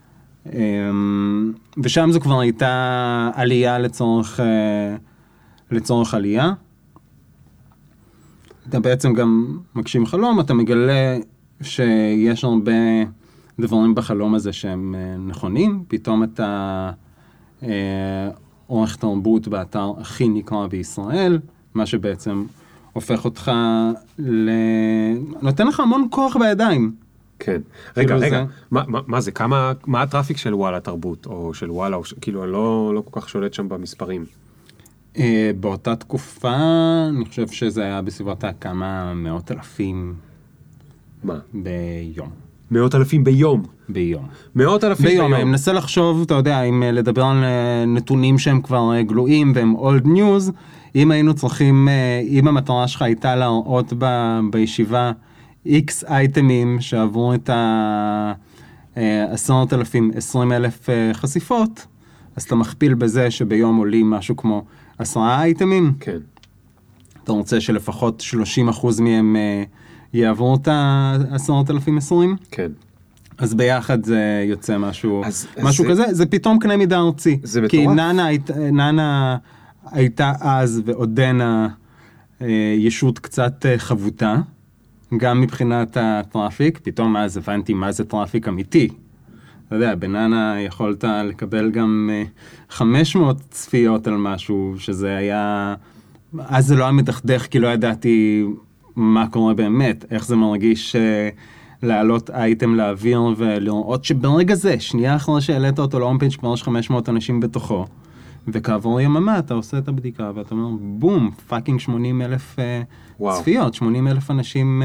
ושם זו כבר הייתה עלייה לצורך, לצורך עלייה. אתה בעצם גם מגשים חלום, אתה מגלה שיש הרבה דברים בחלום הזה שהם נכונים, פתאום אתה... עורך תרבות באתר הכי נקרא בישראל, מה שבעצם הופך אותך ל... נותן לך המון כוח בידיים. כן. רגע, רגע, מה, מה, מה זה? כמה, מה הטראפיק של וואלה תרבות, או של וואלה, או, כאילו, לא, לא כל כך שולט שם במספרים? באותה תקופה, אני חושב שזה היה בסביבות כמה מאות אלפים. מה? ביום. מאות אלפים ביום. ביום. מאות אלפים ביום. ביום. אני מנסה לחשוב, אתה יודע, אם לדבר על נתונים שהם כבר גלויים והם old news, אם היינו צריכים, אם המטרה שלך הייתה להראות ב, בישיבה X אייטמים שעברו את ה-עשרת אלפים, עשרים אלף חשיפות, אז אתה מכפיל בזה שביום עולים משהו כמו עשרה אייטמים. כן. אתה רוצה שלפחות שלושים אחוז מהם יעברו את ה-עשרת אלפים עשרים? כן. אז ביחד זה יוצא משהו, אז, משהו אז כזה, זה... זה פתאום קנה מידה ארצי. זה מטורף. כי נאנה, נאנה הייתה אז ועודנה אה, ישות קצת אה, חבוטה, גם מבחינת הטראפיק, פתאום אז הבנתי מה זה טראפיק אמיתי. אתה יודע, בננה יכולת לקבל גם חמש מאות צפיות על משהו, שזה היה, אז זה לא היה מדכדך, כי לא ידעתי מה קורה באמת, איך זה מרגיש לעלות אייטם לאוויר ולראות שברגע זה, שנייה אחרי שהעלית אותו להום-פייג' כבר יש חמש מאות אנשים בתוכו, וכעבור יממה אתה עושה את הבדיקה ואתה אומר, בום, פאקינג שמונים אלף צפיות, שמונים אלף אנשים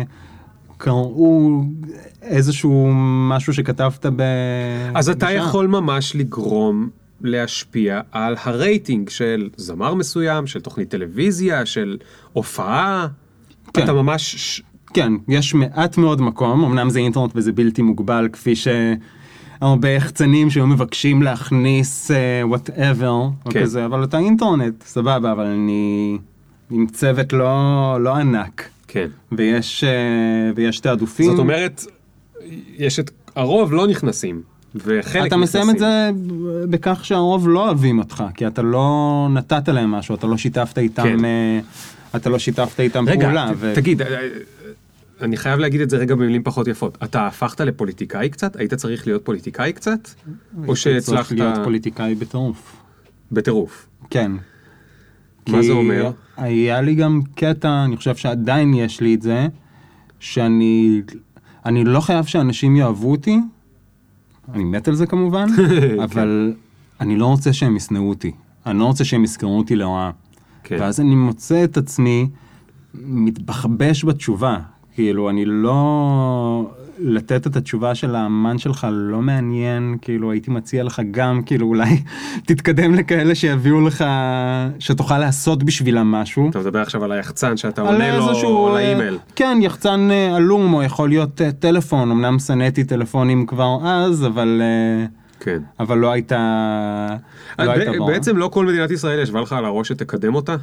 קראו איזשהו משהו שכתבת ב... אז אתה יכול ממש לגרום להשפיע על הרייטינג של זמר מסוים, של תוכנית טלוויזיה, של הופעה. כן. אתה ממש... כן, יש מעט מאוד מקום, אמנם זה אינטרנט וזה בלתי מוגבל, כפי שהרבה יחצנים שהיו מבקשים להכניס uh, whatever, כן. או כזה, אבל אתה אינטרנט, סבבה, אבל אני עם צוות לא, לא ענק. כן. ויש, uh, ויש תעדופים. זאת אומרת, יש את... הרוב לא נכנסים, וחלק נכנסים. אתה מסיים את זה בכך שהרוב לא אוהבים אותך, כי אתה לא נתת להם משהו, אתה לא שיתפת איתם, כן. uh, אתה לא שיתפת איתם רגע, פעולה. ת, ו... תגיד, אני חייב להגיד את זה רגע במילים פחות יפות. אתה הפכת לפוליטיקאי קצת? היית צריך להיות פוליטיקאי קצת? או שהצלחת... צריך להיות פוליטיקאי בטירוף. בטירוף? כן. מה זה אומר? היה לי גם קטע, אני חושב שעדיין יש לי את זה, שאני אני לא חייב שאנשים יאהבו אותי, אני מת על זה כמובן, אבל אני לא רוצה שהם יסנאו אותי. אני לא רוצה שהם יזכרו אותי לרעה. ואז אני מוצא את עצמי מתבחבש בתשובה. כאילו, אני לא... לתת את התשובה של האמן שלך לא מעניין, כאילו, הייתי מציע לך גם, כאילו, אולי תתקדם לכאלה שיביאו לך, שתוכל לעשות בשבילם משהו. אתה מדבר עכשיו על היחצן שאתה עונה לו לאימייל. כן, יחצן עלום, או יכול להיות טלפון, אמנם סנאתי טלפונים כבר אז, אבל... כן. אבל לא הייתה... לא הייתה בוא. בעצם לא כל מדינת ישראל ישבה לך על הראש שתקדם אותה?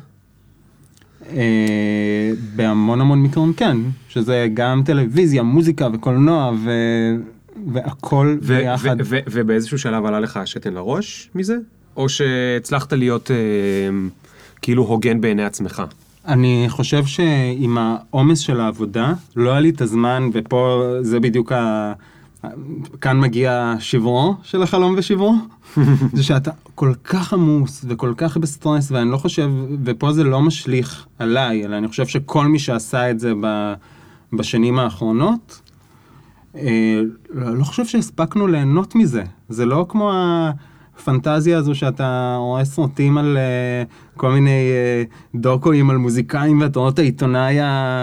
בהמון המון מקרים כן, שזה גם טלוויזיה, מוזיקה וקולנוע והכל ביחד. ובאיזשהו שלב עלה לך השתן לראש מזה? או שהצלחת להיות כאילו הוגן בעיני עצמך? אני חושב שעם העומס של העבודה לא היה לי את הזמן, ופה זה בדיוק ה... כאן מגיע שברו של החלום ושברו, זה שאתה כל כך עמוס וכל כך בסטרס, ואני לא חושב, ופה זה לא משליך עליי, אלא אני חושב שכל מי שעשה את זה בשנים האחרונות, לא חושב שהספקנו ליהנות מזה. זה לא כמו הפנטזיה הזו שאתה רואה סרטים על כל מיני דוקואים על מוזיקאים, ואתה רואה את העיתונאי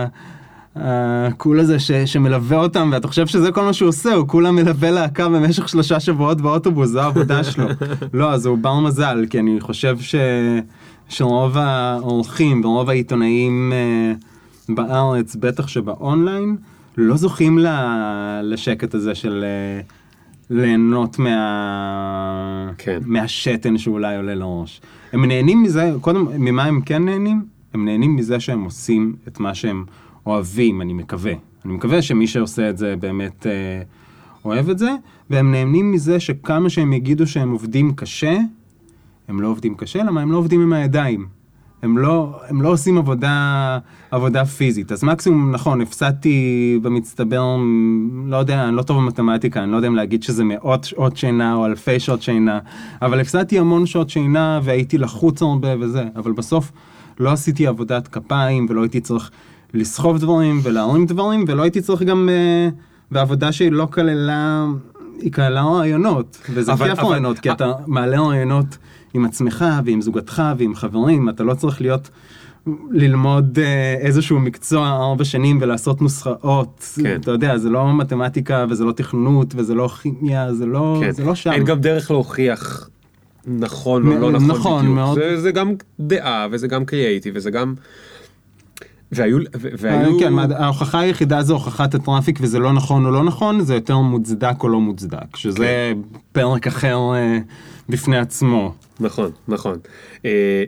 הקול הזה ש, שמלווה אותם, ואתה חושב שזה כל מה שהוא עושה, הוא כולה מלווה להקה במשך שלושה שבועות באוטובוס, זו העבודה שלו. לא, אז הוא בר מזל, כי אני חושב ש, שרוב האורחים ורוב העיתונאים uh, בארץ, בטח שבאונליין, לא זוכים לשקט הזה של uh, ליהנות מה, כן. מהשתן שאולי עולה לראש. הם נהנים מזה, קודם, ממה הם כן נהנים? הם נהנים מזה שהם עושים את מה שהם אוהבים, אני מקווה. אני מקווה שמי שעושה את זה באמת אה, אוהב את זה, והם נהנים מזה שכמה שהם יגידו שהם עובדים קשה, הם לא עובדים קשה, למה הם לא עובדים עם הידיים. הם לא, הם לא עושים עבודה, עבודה פיזית. אז מקסימום, נכון, הפסדתי במצטבר, לא יודע, אני לא טוב במתמטיקה, אני לא יודע אם להגיד שזה מאות שעות שינה או אלפי שעות שינה, אבל הפסדתי המון שעות שינה והייתי לחוץ הרבה וזה, אבל בסוף לא עשיתי עבודת כפיים ולא הייתי צריך לסחוב דברים ולהרים דברים, ולא הייתי צריך גם, uh, בעבודה שהיא לא כללה, היא כללה רעיונות, וזה כיף רעיונות, כי אתה מעלה רעיונות עם עצמך ועם זוגתך ועם חברים, אתה לא צריך להיות, ללמוד uh, איזשהו מקצוע ארבע שנים ולעשות נוסחאות, כן. אתה יודע, זה לא מתמטיקה וזה לא תכנות וזה לא כימיה, זה לא, כן. זה לא שם. אין גם דרך להוכיח נכון או לא נכון, נכון בדיוק. מאוד. זה, זה גם דעה וזה גם קריאייטיב וזה גם... והיו, והיו... כן, ההוכחה היחידה זה הוכחת הטראפיק, וזה לא נכון או לא נכון, זה יותר מוצדק או לא מוצדק, שזה כן. פרק אחר אה, בפני עצמו. נכון, נכון. אה,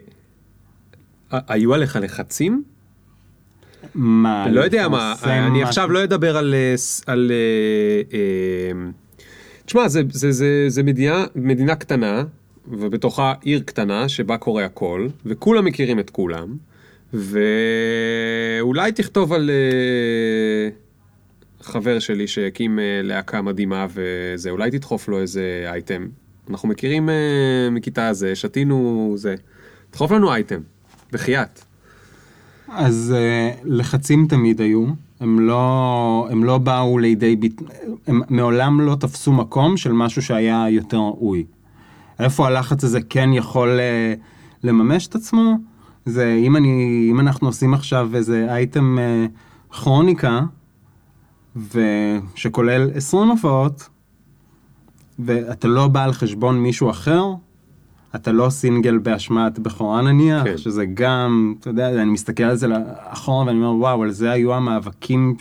היו עליך לחצים? מה? לא יודע מה, אני עכשיו לא אדבר על... על אה, אה, תשמע, זה, זה, זה, זה מדינה, מדינה קטנה, ובתוכה עיר קטנה, שבה קורה הכל, וכולם מכירים את כולם, ואולי תכתוב על, חבר שלי שהקים להקה מדהימה וזה, אולי תדחוף לו איזה אייטם. אנחנו מכירים מכיתה הזה, שתינו זה. תדחוף לנו אייטם, בחייאת. אז לחצים תמיד היו. הם לא, הם לא באו לידי ביט... הם מעולם לא תפסו מקום של משהו שהיה יותר ראוי. איפה הלחץ הזה כן יכול לממש את עצמו? זה אם אני, אם אנחנו עושים עכשיו איזה אייטם כרוניקה, ושכולל עשרים הופעות, ואתה לא בא על חשבון מישהו אחר, אתה לא סינגל בהשמעת בכורה נניח, כן. שזה גם, אתה יודע, אני מסתכל על זה לאחור, ואני אומר, וואו, על זה היו המאבקים,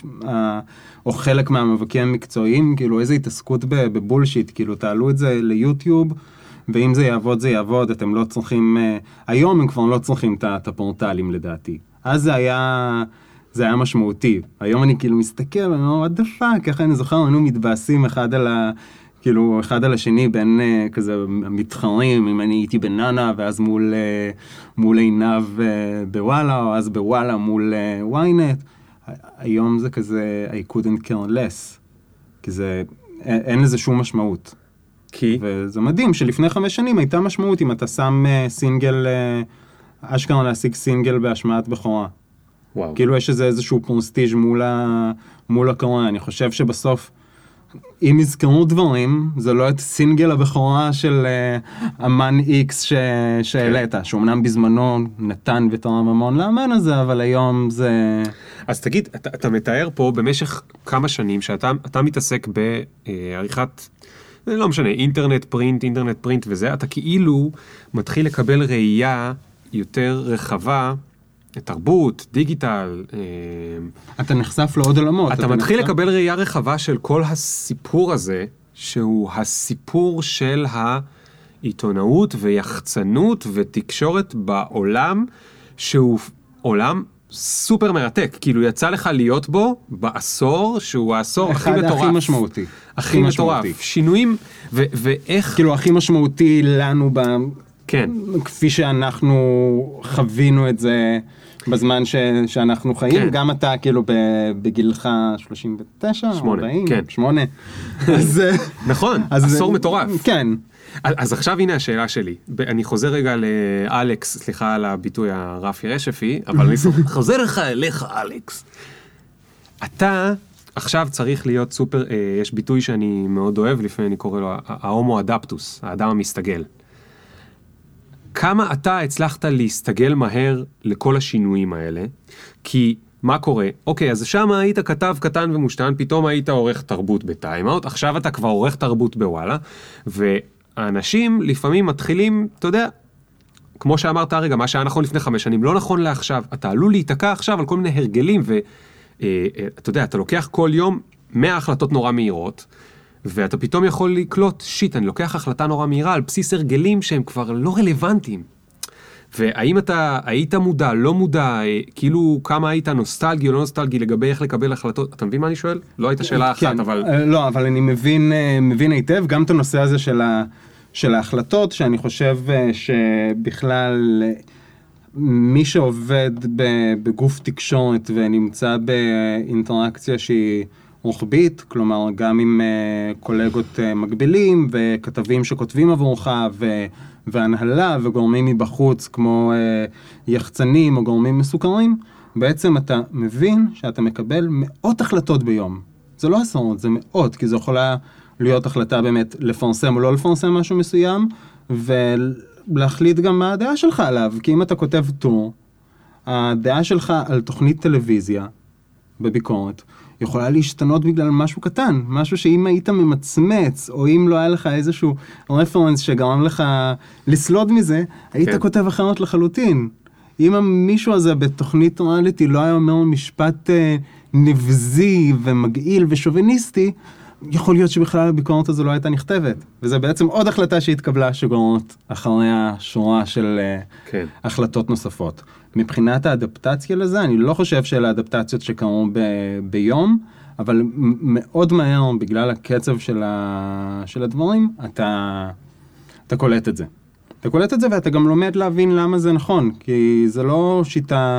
או חלק מהמאבקים המקצועיים, כאילו איזו התעסקות בבולשיט, כאילו תעלו את זה ליוטיוב, ואם זה יעבוד, זה יעבוד, אתם לא צריכים, היום הם כבר לא צריכים את הפורטלים לדעתי. אז זה היה, זה היה משמעותי. היום אני כאילו מסתכל, ואני אומר, what the fuck, ככה אני זוכר, היינו מתבאסים אחד על ה... כאילו, אחד על השני בין uh, כזה מתחרים, אם אני הייתי בננה, ואז מול, uh, מול עיניו uh, בוואלה, או אז בוואלה מול uh, וויינט. היום זה כזה, I couldn't care less. כי זה, אין, אין לזה שום משמעות. כי? וזה מדהים שלפני חמש שנים הייתה משמעות אם אתה שם uh, סינגל, uh, אשכרה להשיג סינגל בהשמעת בכורה. וואו. כאילו יש איזה איזשהו פרסטיג' מול, ה, מול הקורא. אני חושב שבסוף, אם יזכרו דברים, זה לא את סינגל הבכורה של uh, אמן איקס ש... שהעלית, כן. שאומנם בזמנו נתן ותרם המון לאמן הזה, אבל היום זה... אז תגיד, אתה, אתה מתאר פה במשך כמה שנים שאתה אתה מתעסק בעריכת, לא משנה, אינטרנט פרינט, אינטרנט פרינט וזה, אתה כאילו מתחיל לקבל ראייה יותר רחבה, תרבות, דיגיטל. אתה נחשף לעוד עולמות. אתה מתחיל לקבל ראייה רחבה של כל הסיפור הזה, שהוא הסיפור של העיתונאות ויחצנות ותקשורת בעולם, שהוא עולם סופר מרתק. כאילו יצא לך להיות בו בעשור, שהוא העשור הכי מטורף. הכי משמעותי. הכי מטורף. שינויים, ואיך... כאילו הכי משמעותי לנו ב... כן. כפי שאנחנו חווינו את זה בזמן ש, שאנחנו חיים, כן. גם אתה כאילו בגילך שלושים ותשע, שמונה, ארבעים, כן. שמונה. אז, נכון, אז, עשור מטורף. כן. אז, אז עכשיו הנה השאלה שלי. אני חוזר רגע לאלכס, סליחה על הביטוי הרפי רשפי, אבל אני חוזר לך אליך, אלכס. אתה עכשיו צריך להיות סופר, אה, יש ביטוי שאני מאוד אוהב, לפעמים אני קורא לו ההומו אדפטוס, האדם המסתגל. כמה אתה הצלחת להסתגל מהר לכל השינויים האלה? כי מה קורה? אוקיי, אז שם היית כתב קטן ומושתן, פתאום היית עורך תרבות בטיימאוט, עכשיו אתה כבר עורך תרבות בוואלה, והאנשים לפעמים מתחילים, אתה יודע, כמו שאמרת הרגע, מה שהיה נכון לפני חמש שנים, לא נכון לעכשיו, אתה עלול להיתקע עכשיו על כל מיני הרגלים, ואתה יודע, אתה לוקח כל יום מאה החלטות נורא מהירות, ואתה פתאום יכול לקלוט, שיט, אני לוקח החלטה נורא מהירה על בסיס הרגלים שהם כבר לא רלוונטיים. והאם אתה היית מודע, לא מודע, כאילו כמה היית נוסטלגי או לא נוסטלגי לגבי איך לקבל החלטות? אתה מבין מה אני שואל? לא הייתה שאלה כן, אחת, אבל... לא, אבל אני מבין, מבין היטב גם את הנושא הזה של, ה, של ההחלטות, שאני חושב שבכלל מי שעובד בגוף תקשורת ונמצא באינטראקציה שהיא... רוחבית, כלומר גם עם uh, קולגות uh, מקבילים וכתבים שכותבים עבורך ו- והנהלה וגורמים מבחוץ כמו uh, יחצנים או גורמים מסוכרים, בעצם אתה מבין שאתה מקבל מאות החלטות ביום. זה לא עשרות, זה מאות, כי זה יכולה להיות החלטה באמת לפרסם או לא לפרסם משהו מסוים, ולהחליט גם מה הדעה שלך עליו, כי אם אתה כותב טור, הדעה שלך על תוכנית טלוויזיה בביקורת, יכולה להשתנות בגלל משהו קטן, משהו שאם היית ממצמץ, או אם לא היה לך איזשהו רפרנס שגרם לך לסלוד מזה, היית כן. כותב אחרת לחלוטין. אם המישהו הזה בתוכנית ריאליטי לא היה אומר משפט אה, נבזי ומגעיל ושוביניסטי, יכול להיות שבכלל הביקורת הזו לא הייתה נכתבת. וזה בעצם עוד החלטה שהתקבלה שגורמת אחרי השורה של אה, כן. החלטות נוספות. מבחינת האדפטציה לזה, אני לא חושב שאלה האדפטציות שקרו ב- ביום, אבל מאוד מהר, בגלל הקצב של, ה- של הדברים, אתה, אתה קולט את זה. אתה קולט את זה ואתה גם לומד להבין למה זה נכון, כי זה לא שיטה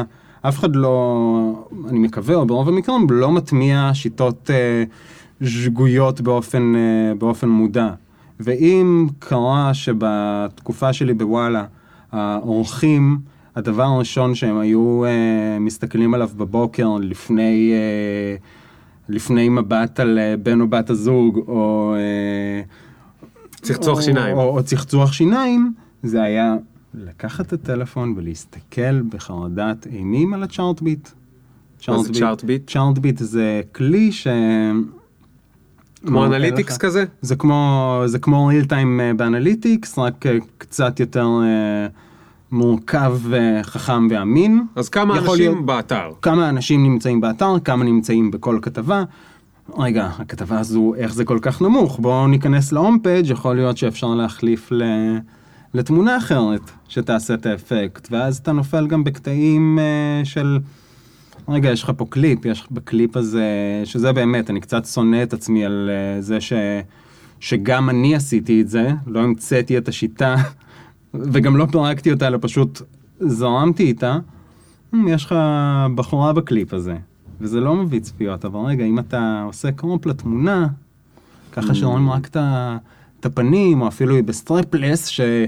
אף אחד לא, אני מקווה, או ברוב המקרים, לא מטמיע שיטות uh, שגויות באופן, uh, באופן מודע. ואם קרה שבתקופה שלי בוואלה, האורחים, הדבר הראשון שהם היו uh, מסתכלים עליו בבוקר לפני, uh, לפני מבט על uh, בן או בת הזוג, או... Uh, צחצוח או, שיניים. או, או צחצוח שיניים, זה היה לקחת את הטלפון ולהסתכל בחרדת אימים על הצ'ארטביט. מה זה צ'ארטביט? צ'ארטביט זה כלי ש... כמו אנליטיקס כזה? זה כמו, זה כמו real time באנליטיקס, רק קצת יותר מורכב וחכם ואמין. אז כמה אנשים להיות, באתר? כמה אנשים נמצאים באתר, כמה נמצאים בכל כתבה. רגע, הכתבה הזו, איך זה כל כך נמוך? בואו ניכנס להום פייג', יכול להיות שאפשר להחליף ל... לתמונה אחרת שתעשה את האפקט, ואז אתה נופל גם בקטעים uh, של... רגע, יש לך פה קליפ, יש בקליפ הזה, שזה באמת, אני קצת שונא את עצמי על uh, זה ש... שגם אני עשיתי את זה, לא המצאתי את השיטה, וגם לא פרקתי אותה, אלא פשוט זרמתי איתה. יש לך בחורה בקליפ הזה, וזה לא מביא צפיות, אבל רגע, אם אתה עושה קרופ לתמונה, ככה שרואים רק את ה... את הפנים, או אפילו בסטרפלס,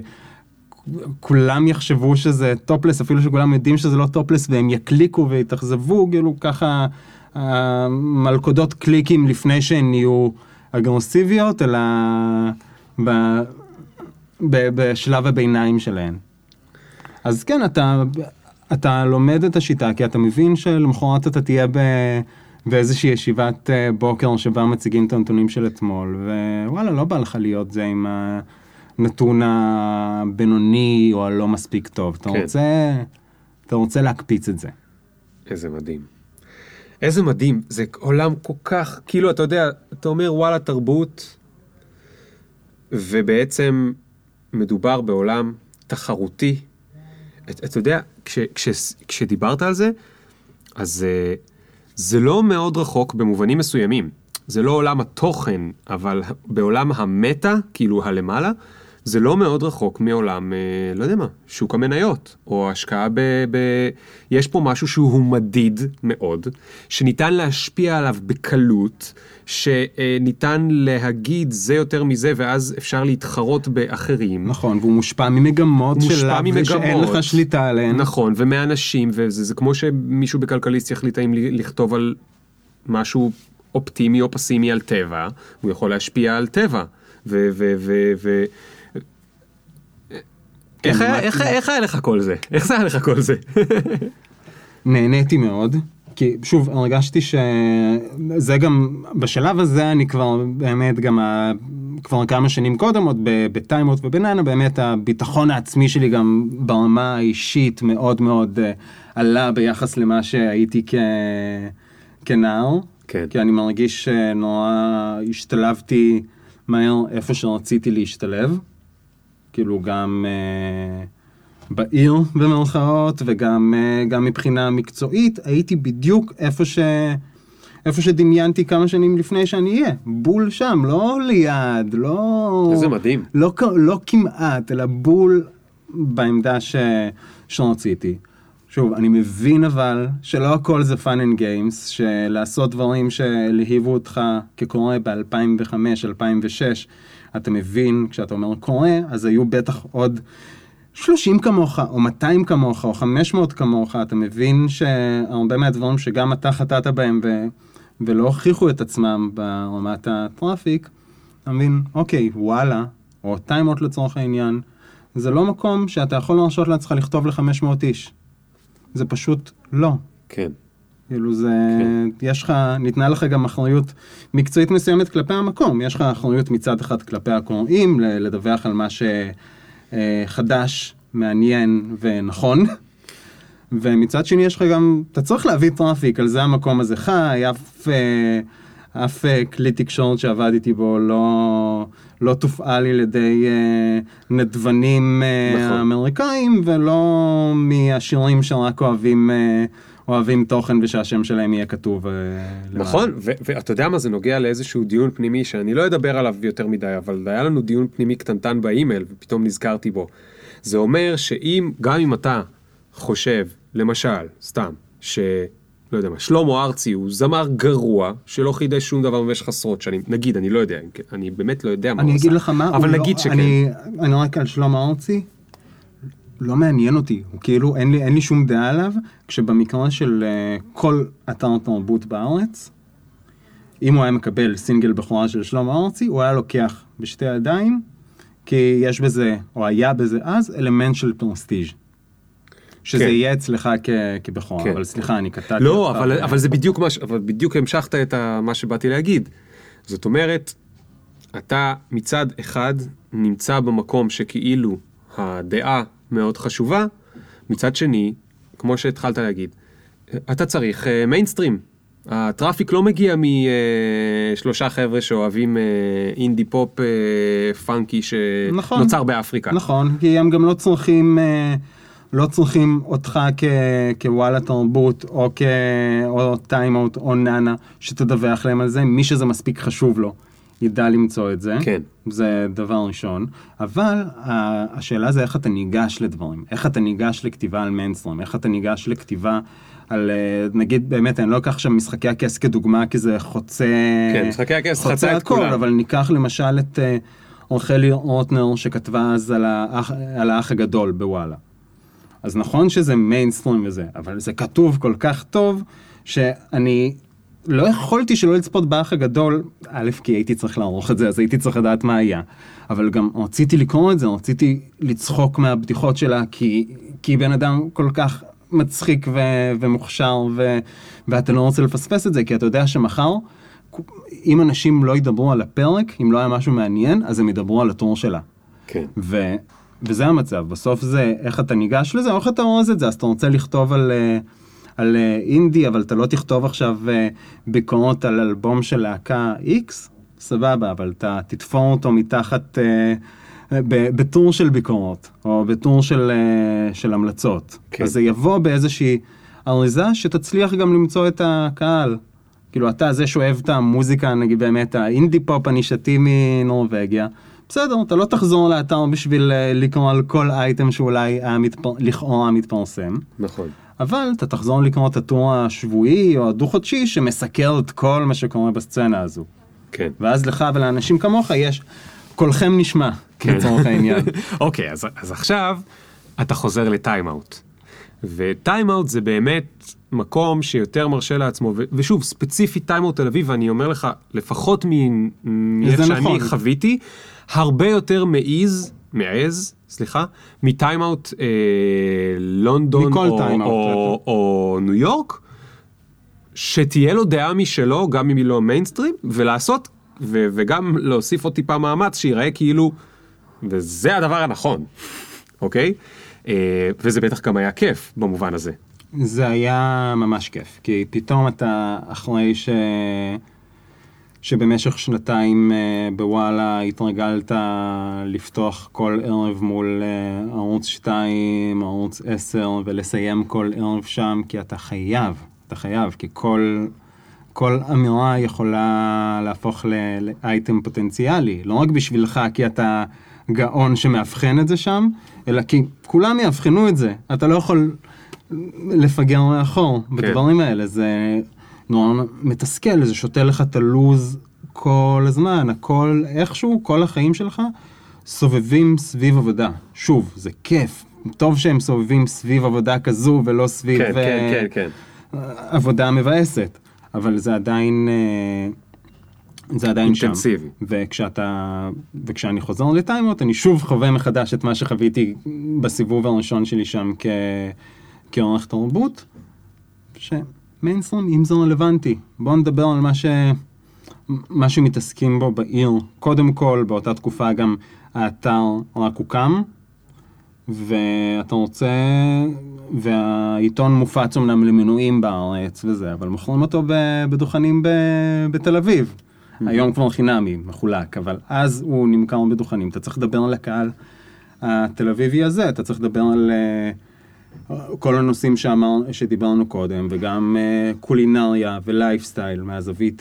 שכולם יחשבו שזה טופלס, אפילו שכולם יודעים שזה לא טופלס, והם יקליקו ויתאכזבו, כאילו ככה מלכודות קליקים לפני שהן נהיו אגרסיביות, אלא ב, ב, בשלב הביניים שלהן. אז כן, אתה, אתה לומד את השיטה, כי אתה מבין שלמחרת אתה תהיה ב... באיזושהי ישיבת בוקר שבה מציגים את הנתונים של אתמול, ווואלה, לא בא לך להיות זה עם הנתון הבינוני או הלא מספיק טוב. אתה, כן. רוצה, אתה רוצה להקפיץ את זה. איזה מדהים. איזה מדהים. זה עולם כל כך, כאילו, אתה יודע, אתה אומר, וואלה, תרבות, ובעצם מדובר בעולם תחרותי. אתה, אתה יודע, כש, כש, כשדיברת על זה, אז... זה לא מאוד רחוק במובנים מסוימים. זה לא עולם התוכן, אבל בעולם המטה, כאילו הלמעלה, זה לא מאוד רחוק מעולם, לא יודע מה, שוק המניות, או השקעה ב... ב... יש פה משהו שהוא מדיד מאוד, שניתן להשפיע עליו בקלות, שניתן להגיד זה יותר מזה, ואז אפשר להתחרות באחרים. נכון, והוא מושפע ממגמות שלה, ושאין לך שליטה עליהן. נכון, ומאנשים, וזה זה כמו שמישהו בכלכליסט יחליט האם לכתוב על משהו אופטימי או פסימי על טבע, הוא יכול להשפיע על טבע, ו... ו, ו, ו איך היה, איך, איך היה לך כל זה? איך זה היה לך כל זה? נהניתי מאוד, כי שוב, הרגשתי שזה גם, בשלב הזה אני כבר באמת גם, כבר כמה שנים קודם, עוד בטיימות ובננה, באמת הביטחון העצמי שלי גם ברמה האישית מאוד מאוד עלה ביחס למה שהייתי כ... כנער, כן. כי אני מרגיש שנורא השתלבתי מהר איפה שרציתי להשתלב, כאילו גם אה, בעיר במרכאות, וגם אה, גם מבחינה מקצועית, הייתי בדיוק איפה, ש, איפה שדמיינתי כמה שנים לפני שאני אהיה. בול שם, לא ליד, לא... איזה מדהים. לא, לא כמעט, אלא בול בעמדה ש, שרציתי. שוב, אני מבין אבל שלא הכל זה fun and games, שלעשות דברים שלהיבו אותך כקורא ב-אלפיים וחמש אלפיים ושש, אתה מבין, כשאתה אומר קורא, אז היו בטח עוד שלושים כמוך, או מאתיים כמוך, או חמש מאות כמוך, אתה מבין שהרבה מהדברים שגם אתה חטאת בהם, ו- ולא הוכיחו את עצמם ברמת הטראפיק, אתה מבין, אוקיי, וואלה, או טיימות לצורך העניין, זה לא מקום שאתה יכול להרשות לעצמך לכתוב ל-חמש מאות איש. זה פשוט לא. כן. כאילו זה, כן. יש לך, ניתנה לך גם אחריות מקצועית מסוימת כלפי המקום. יש לך אחריות מצד אחד כלפי הקוראים, לדווח על מה שחדש, מעניין ונכון. ומצד שני יש לך גם, אתה צריך להביא טראפיק, על זה המקום הזה חי, אף, אף כלי תקשורת שעבדתי בו לא, לא תופעל על ידי נדבנים נכון. אמריקאים, ולא מהשירים שרק אוהבים, אוהבים תוכן ושהשם שלהם יהיה כתוב. נכון, ואתה יודע מה, זה נוגע לאיזשהו דיון פנימי, שאני לא אדבר עליו יותר מדי, אבל היה לנו דיון פנימי קטנטן באימייל, ופתאום נזכרתי בו. זה אומר שאם, גם אם אתה חושב למשל, סתם, ש... לא יודע מה, שלמה ארצי הוא זמר גרוע, שלא חידש שום דבר במשך עשרות שנים. נגיד, אני לא יודע, אני באמת לא יודע מה הוא עשה. אני אגיד לך מה, אבל נגיד שכן. אני, אני רק על שלמה ארצי, לא מעניין אותי, הוא כאילו, אין לי, אין לי שום דעה עליו, כשבמקרה של uh, כל אתר תרבות בארץ, אם הוא היה מקבל סינגל בכורה של שלמה ארצי, הוא היה לוקח בשתי ידיים, כי יש בזה, או היה בזה אז, אלמנט של פרסטיג'. שזה יהיה אצלך כבכורה, אבל סליחה, אני קטעתי. לא, אבל זה בדיוק מה, אבל בדיוק המשכת את מה שבאתי להגיד. זאת אומרת, אתה מצד אחד נמצא במקום שכאילו הדעה מאוד חשובה, מצד שני, כמו שהתחלת להגיד, אתה צריך מיינסטרים. הטראפיק לא מגיע משלושה חבר'ה שאוהבים אינדי פופ פאנקי שנוצר באפריקה. נכון, כי הם גם לא צריכים... לא צריכים אותך כוואלה תרבות, או טיימאוט, או נאנה, שתדווח להם על זה. מי שזה מספיק חשוב לו, ידע למצוא את זה. כן. זה דבר ראשון. אבל השאלה זה איך אתה ניגש לדברים. איך אתה ניגש לכתיבה על מיינסטרים. איך אתה ניגש לכתיבה על, נגיד, באמת, אני לא אקח שם משחקי הכס כדוגמה, כי זה חוצה... כן, משחקי הכס חצה את כולם. אבל ניקח למשל את אורחלי רוטנר, שכתבה אז על האח, על האח הגדול בוואלה. אז נכון שזה מיינסטרים וזה, אבל זה כתוב כל כך טוב, שאני לא יכולתי שלא לצפות באח הגדול, א', כי הייתי צריך לערוך את זה, אז הייתי צריך לדעת מה היה. אבל גם רציתי לקרוא את זה, רציתי לצחוק מהבדיחות שלה, כי, כי בן אדם כל כך מצחיק ו, ומוכשר, ו, ואתה לא רוצה לפספס את זה, כי אתה יודע שמחר, אם אנשים לא ידברו על הפרק, אם לא היה משהו מעניין, אז הם ידברו על הטור שלה. כן. ו... וזה המצב, בסוף זה איך אתה ניגש לזה, או איך אתה רואה את זה, אז אתה רוצה לכתוב על, על אינדי, אבל אתה לא תכתוב עכשיו ביקורות על אלבום של להקה X, סבבה, אבל אתה תתפור אותו מתחת, בטור של ביקורות, או בטור של, של המלצות. כן. אז זה יבוא באיזושהי אריזה שתצליח גם למצוא את הקהל. כאילו אתה זה שאוהב את המוזיקה, נגיד באמת האינדי פופ הנישתי מנורווגיה, בסדר, אתה לא תחזור לאתר בשביל לקרוא על כל אייטם שאולי לכאורה מתפרסם. נכון. אבל אתה תחזור לקרוא את הטור השבועי או הדו-חודשי שמסקר את כל מה שקורה בסצנה הזו. כן. ואז לך ולאנשים כמוך יש, קולכם נשמע, כן. לצורך העניין. אוקיי, אז, אז עכשיו אתה חוזר לטיימאוט. וטיימאוט זה באמת מקום שיותר מרשה לעצמו, ו- ושוב, ספציפית טיימאוט תל אביב, ואני אומר לך, לפחות מאיך שאני נכון. חוויתי, הרבה יותר מעיז, מעז, סליחה, מטיימאוט אה, לונדון או, טיימאוט, או, או ניו יורק, שתהיה לו דעה משלו, גם אם היא לא מיינסטרים, ולעשות, ו- וגם להוסיף עוד טיפה מאמץ, שיראה כאילו, וזה הדבר הנכון, אוקיי? אה, וזה בטח גם היה כיף במובן הזה. זה היה ממש כיף, כי פתאום אתה אחרי ש... שבמשך שנתיים בוואלה התרגלת לפתוח כל ערב מול ערוץ שתיים, ערוץ עשר, ולסיים כל ערב שם, כי אתה חייב, אתה חייב, כי כל, כל אמירה יכולה להפוך לאייטם פוטנציאלי, לא רק בשבילך, כי אתה גאון שמאבחן את זה שם, אלא כי כולם יאבחנו את זה, אתה לא יכול לפגר מאחור בדברים האלה, זה... נורא מתסכל, זה שותה לך את הלוז כל הזמן, הכל, איכשהו, כל החיים שלך סובבים סביב עבודה. שוב, זה כיף. טוב שהם סובבים סביב עבודה כזו ולא סביב כן, כן, כן, כן. עבודה מבאסת. אבל זה עדיין, זה עדיין שם. אינטנסיבי. וכשאתה, וכשאני חוזר לטיימאוט, אני שוב חווה מחדש את מה שחוויתי בסיבוב הראשון שלי שם כ... כעורך תרבות, ש... מיינסטרים, אם זה רלוונטי. בואו נדבר על מה, ש... מה שמתעסקים בו בעיר. קודם כל, באותה תקופה גם האתר רק הוקם, ואתה רוצה, והעיתון מופץ אמנם למנויים בארץ וזה, אבל מוכרים אותו בדוכנים ב... בתל אביב. Mm-hmm. היום כבר חינמי, מחולק, אבל אז הוא נמכר בדוכנים. אתה צריך לדבר על הקהל התל אביבי הזה, אתה צריך לדבר על... כל הנושאים שאמר, שדיברנו קודם, וגם uh, קולינריה ולייפסטייל, מהזווית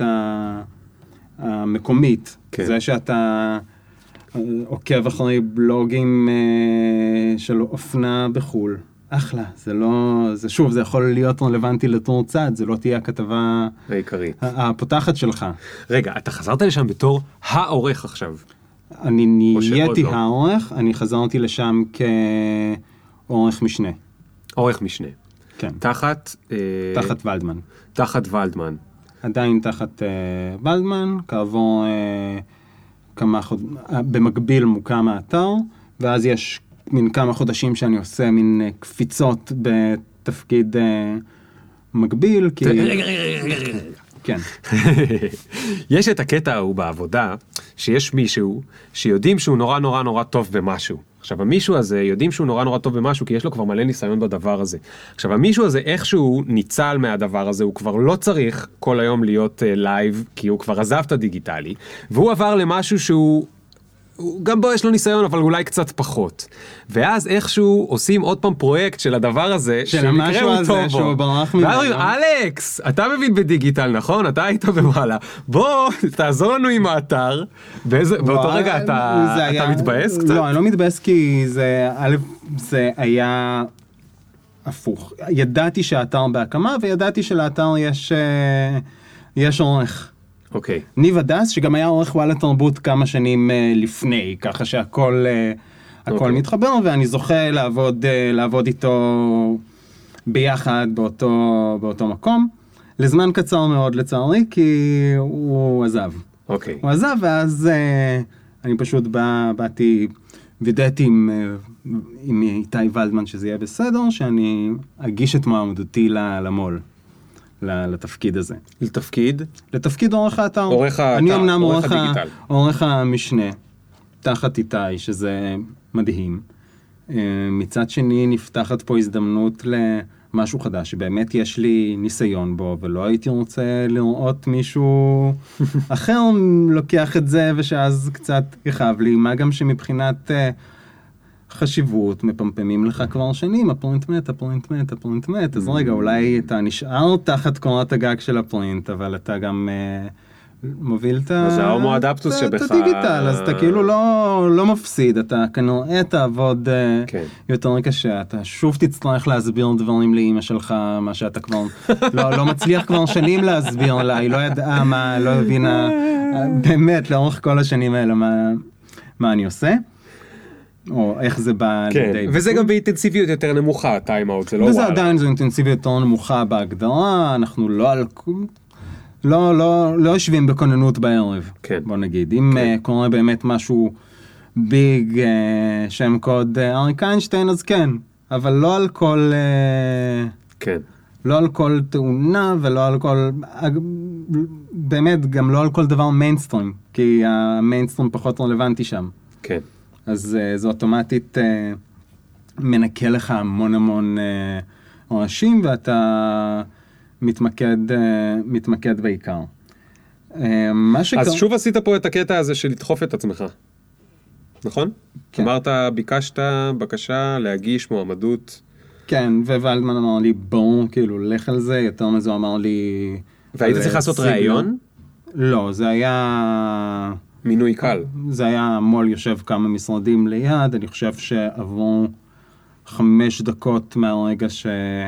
המקומית. כן. זה שאתה uh, עוקב אחרי בלוגים uh, של אופנה בחול, אחלה, זה לא, זה שוב, זה יכול להיות רלוונטי לתור צד, זה לא תהיה הכתבה העיקרית. הפותחת שלך. רגע, אתה חזרת לשם בתור העורך עכשיו. אני נהייתי העורך, אני חזרתי לשם כעורך משנה. עורך משנה. כן. תחת... תחת ולדמן. תחת ולדמן. עדיין תחת ולדמן, כעבור כמה חודשים, במקביל מוקם האתר, ואז יש מין כמה חודשים שאני עושה מין קפיצות בתפקיד מקביל, כי... רגע, רגע, רגע, רגע. כן. יש את הקטע ההוא בעבודה, שיש מישהו שיודעים שהוא נורא נורא נורא טוב במשהו. עכשיו, המישהו הזה יודעים שהוא נורא נורא טוב במשהו, כי יש לו כבר מלא ניסיון בדבר הזה. עכשיו, המישהו הזה איכשהו ניצל מהדבר הזה, הוא כבר לא צריך כל היום להיות לייב, כי הוא כבר עזב את הדיגיטלי, והוא עבר למשהו שהוא... גם בו יש לו ניסיון, אבל אולי קצת פחות. ואז איכשהו עושים עוד פעם פרויקט של הדבר הזה, של המשהו הזה שהוא ברח ממנו. אלכס, אתה מבין בדיגיטל, נכון? אתה היית במעלה. בוא, תעזור לנו עם האתר. באותו רגע אתה מתבאס קצת? לא, אני לא מתבאס כי זה, א', זה היה הפוך. ידעתי שהאתר בהקמה, וידעתי שלאתר יש עורך. אוקיי. Okay. ניב הדס, שגם היה עורך וואלה תרבות כמה שנים uh, לפני, ככה שהכל uh, הכל okay. מתחבר, ואני זוכה לעבוד, uh, לעבוד איתו ביחד באותו, באותו מקום, לזמן קצר מאוד לצערי, כי הוא עזב. אוקיי. Okay. הוא עזב, ואז uh, אני פשוט בא, באתי, וידאתי עם, uh, עם איתי ולדמן שזה יהיה בסדר, שאני אגיש את מעמדותי למול. לתפקיד הזה. לתפקיד? לתפקיד עורך האתר. עורך האתר, אני אמנם עורך הדיגיטל. עורך המשנה, תחת איתי, שזה מדהים. מצד שני, נפתחת פה הזדמנות למשהו חדש, שבאמת יש לי ניסיון בו, ולא הייתי רוצה לראות מישהו אחר לוקח את זה, ושאז קצת יכאב לי, מה גם שמבחינת... חשיבות, מפמפמים לך כבר שנים, הפרינט מת, הפרינט מת, הפרינט מת, אז רגע, אולי אתה נשאר תחת קורת הגג של הפרינט, אבל אתה גם uh, מוביל את ההומו אדפטוס שבך... הדיגיטל, אז אתה כאילו לא, לא מפסיד, אתה כנראה תעבוד uh, כן. יותר קשה, אתה שוב תצטרך להסביר דברים לאמא שלך, מה שאתה כבר לא, לא מצליח כבר שנים להסביר לה, היא לא ידעה מה, לא הבינה, באמת, לאורך כל השנים האלה, מה, מה אני עושה. או איך זה בא כן, לידי... וזה גם באינטנסיביות יותר נמוכה, טיים-אוט, זה לא וזה וואלה. וזה עדיין זו אינטנסיביות יותר נמוכה בהגדרה, אנחנו לא על... לא, לא, לא יושבים בכוננות בערב, כן. בוא נגיד. אם כן. uh, קורה באמת משהו ביג, uh, שם קוד uh, אריק איינשטיין, אז כן. אבל לא על כל... Uh, כן. לא על כל תאונה ולא על כל... באמת, גם לא על כל דבר מיינסטרים, כי המיינסטרים פחות רלוונטי שם. כן. אז uh, זה אוטומטית uh, מנקה לך המון המון uh, אנשים, ואתה מתמקד, uh, מתמקד בעיקר. Uh, מה שקר... אז שוב עשית פה את הקטע הזה של לדחוף את עצמך, נכון? כן. אמרת, ביקשת בקשה להגיש מועמדות. כן, וולדמן אמר לי, בואו, כאילו, לך על זה, יותר מזה הוא אמר לי... והיית צריך לעשות ראיון? לא, זה היה... מינוי קל. זה היה מול יושב כמה משרדים ליד, אני חושב שעברו חמש דקות מהרגע ש...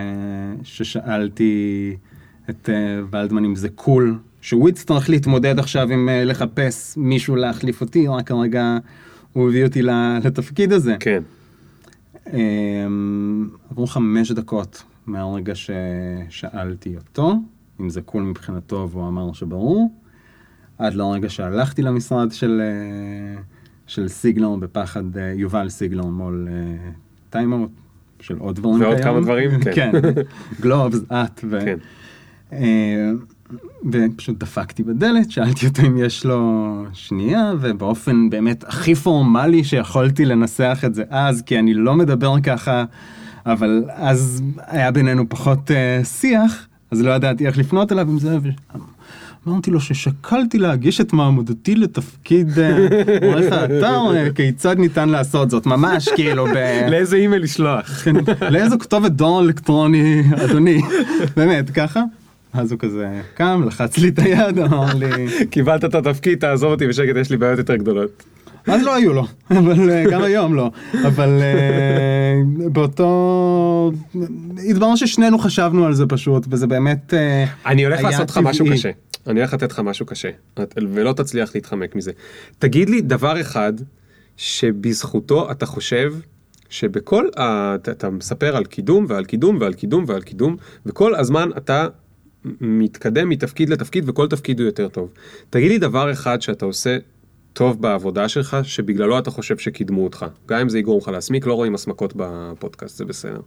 ששאלתי את uh, ולדמן אם זה קול, שהוא יצטרך להתמודד עכשיו עם uh, לחפש מישהו להחליף אותי, רק הרגע הוא הביא אותי לתפקיד הזה. כן. Um, עברו חמש דקות מהרגע ששאלתי אותו, אם זה קול מבחינתו, והוא אמר שברור. עד לרגע שהלכתי למשרד של, של סיגלר בפחד, יובל סיגלר מול טיימאוט, של עוד דברים ועוד כמה דברים, כן. כן, גלובס, את, ו... כן. ופשוט דפקתי בדלת, שאלתי אותו אם יש לו שנייה, ובאופן באמת הכי פורמלי שיכולתי לנסח את זה אז, כי אני לא מדבר ככה, אבל אז היה בינינו פחות שיח, אז לא ידעתי איך לפנות אליו עם זה, ו... אמרתי לו ששקלתי להגיש את מעמדותי לתפקיד עורך האתר, כיצד ניתן לעשות זאת, ממש כאילו ב... לאיזה אימייל לשלוח. לאיזו כתובת דואר אלקטרוני, אדוני, באמת, ככה. אז הוא כזה קם, לחץ לי את היד, אמר לי... קיבלת את התפקיד, תעזור אותי בשקט, יש לי בעיות יותר גדולות. אז לא היו לו, אבל גם היום לא. אבל באותו... התברר ששנינו חשבנו על זה פשוט, וזה באמת היה טבעי. אני הולך לעשות לך משהו קשה. אני הולך לתת לך משהו קשה, ולא תצליח להתחמק מזה. תגיד לי דבר אחד, שבזכותו אתה חושב שבכל, אתה, אתה מספר על קידום ועל קידום ועל קידום ועל קידום, וכל הזמן אתה מתקדם מתפקיד לתפקיד, וכל תפקיד הוא יותר טוב. תגיד לי דבר אחד שאתה עושה טוב בעבודה שלך, שבגללו אתה חושב שקידמו אותך. גם אם זה יגרום לך להסמיק, לא רואים הסמכות בפודקאסט, זה בסדר.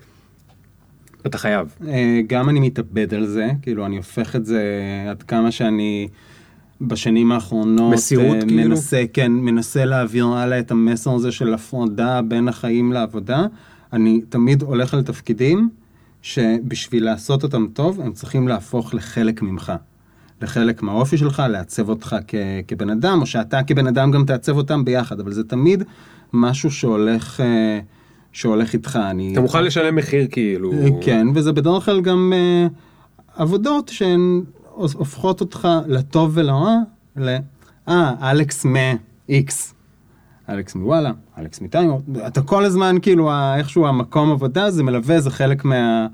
אתה חייב. גם אני מתאבד על זה, כאילו אני הופך את זה עד כמה שאני בשנים האחרונות מסירות כאילו? מנסה, כן, מנסה להעביר הלאה את המסר הזה של הפרדה בין החיים לעבודה. אני תמיד הולך על תפקידים שבשביל לעשות אותם טוב, הם צריכים להפוך לחלק ממך. לחלק מהאופי שלך, לעצב אותך כ- כבן אדם, או שאתה כבן אדם גם תעצב אותם ביחד, אבל זה תמיד משהו שהולך, שהולך איתך. אני... אתה מוכן לשלם מחיר כאילו... כן, וזה בדרך כלל גם uh, עבודות שהן הופכות אותך לטוב ולרע, ל... אה, אלכס מ-X, אלכס מוואלה, אלכס מטיימות, אתה כל הזמן כאילו, איכשהו המקום עבודה, זה מלווה, זה חלק מה...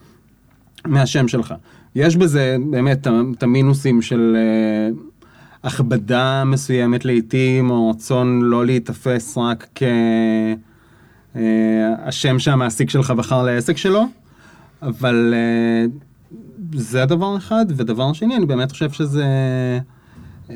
מהשם שלך. יש בזה באמת את המינוסים של uh, הכבדה מסוימת לעתים, או רצון לא להתאפס רק כ... Uh, השם שהמעסיק שלך בחר לעסק שלו, אבל uh, זה דבר אחד, ודבר שני, אני באמת חושב שזה uh,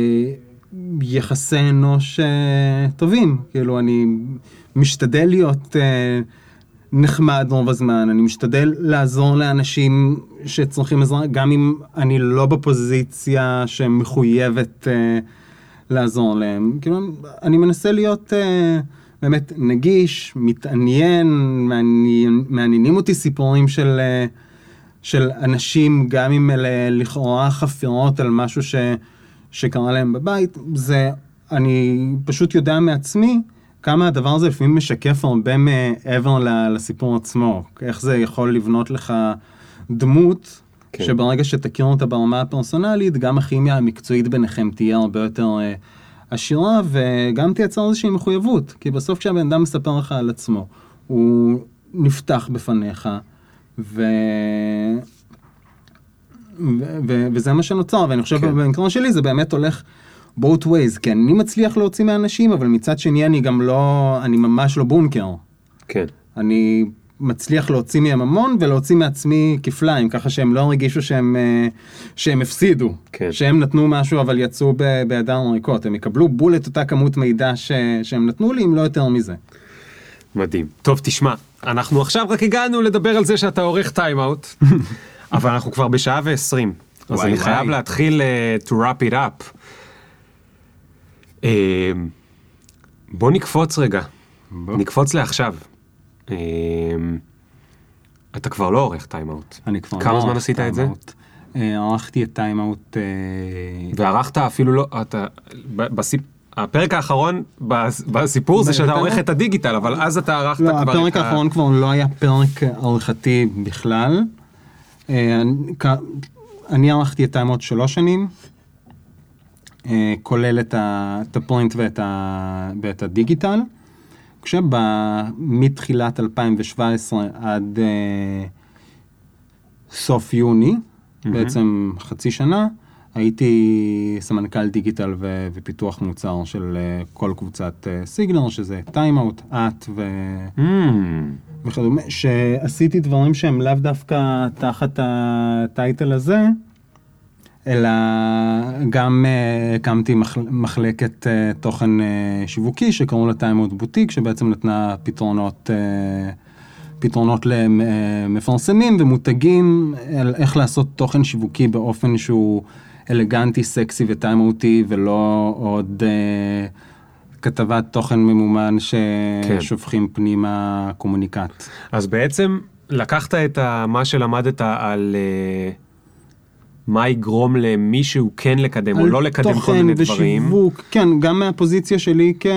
יחסי אנוש uh, טובים, כאילו אני משתדל להיות uh, נחמד רוב הזמן, אני משתדל לעזור לאנשים שצריכים עזרה, גם אם אני לא בפוזיציה שמחויבת uh, לעזור להם, כאילו אני מנסה להיות... Uh, באמת נגיש, מתעניין, מעניין, מעניינים אותי סיפורים של, של אנשים, גם אם אלה לכאורה חפירות על משהו ש, שקרה להם בבית, זה, אני פשוט יודע מעצמי כמה הדבר הזה לפעמים משקף הרבה מעבר לסיפור עצמו, איך זה יכול לבנות לך דמות, כן. שברגע שתכיר אותה ברמה הפרסונלית, גם הכימיה המקצועית ביניכם תהיה הרבה יותר... עשירה, וגם תייצר איזושהי מחויבות, כי בסוף כשהבן אדם מספר לך על עצמו, הוא נפתח בפניך, ו... ו... ו... וזה מה שנוצר, ואני חושב, כן. במקרה שלי זה באמת הולך both ways, כי אני מצליח להוציא מאנשים, אבל מצד שני אני גם לא, אני ממש לא בונקר. כן. אני מצליח להוציא מהם המון, ולהוציא מעצמי כפליים, ככה שהם לא הרגישו שהם, שהם הפסידו, כן. שהם נתנו משהו, אבל יצאו ב- בידיים ריקות. הם יקבלו בול את אותה כמות מידע ש- שהם נתנו לי, אם לא יותר מזה. מדהים. טוב, תשמע, אנחנו עכשיו רק הגענו לדבר על זה שאתה עורך טיים-אוט, אבל אנחנו כבר בשעה ועשרים, אז וואי, אני וואי. חייב להתחיל uh, to wrap it up. Uh, בוא נקפוץ רגע, בוא. נקפוץ לעכשיו. אתה כבר לא עורך טיים-אאוט. כמה זמן עשית את זה? ערכתי את טיים-אאוט. וערכת אפילו לא, הפרק האחרון בסיפור זה שאתה עורך את הדיגיטל, אבל אז אתה ערכת כבר... לא, הפרק האחרון כבר לא היה פרק ערכתי בכלל. אני ערכתי את טיים-אאוט שלוש שנים, כולל את הפוינט ואת הדיגיטל. כשמתחילת אלפיים שבע עשרה עד uh, סוף יוני, mm-hmm. בעצם חצי שנה, הייתי סמנכ"ל דיגיטל ו- ופיתוח מוצר של uh, כל קבוצת uh, סיגנר, שזה טיים-אאוט, את ו... Mm. וכדומה, שעשיתי דברים שהם לאו דווקא תחת הטייטל הזה, אלא גם uh, הקמתי מח, מחלקת uh, תוכן uh, שיווקי שקראו לה טיים-אאוט בוטיק, שבעצם נתנה פתרונות, uh, פתרונות למפרסמים ומותגים על איך לעשות תוכן שיווקי באופן שהוא אלגנטי, סקסי וטיים-אאוטי, ולא עוד uh, כתבת תוכן ממומן ששופכים כן. פנימה קומוניקט. אז בעצם לקחת את מה שלמדת על... Uh... מה יגרום למישהו כן לקדם או לא לקדם כל מיני דברים. ושיווק, כן, גם מהפוזיציה שלי כ...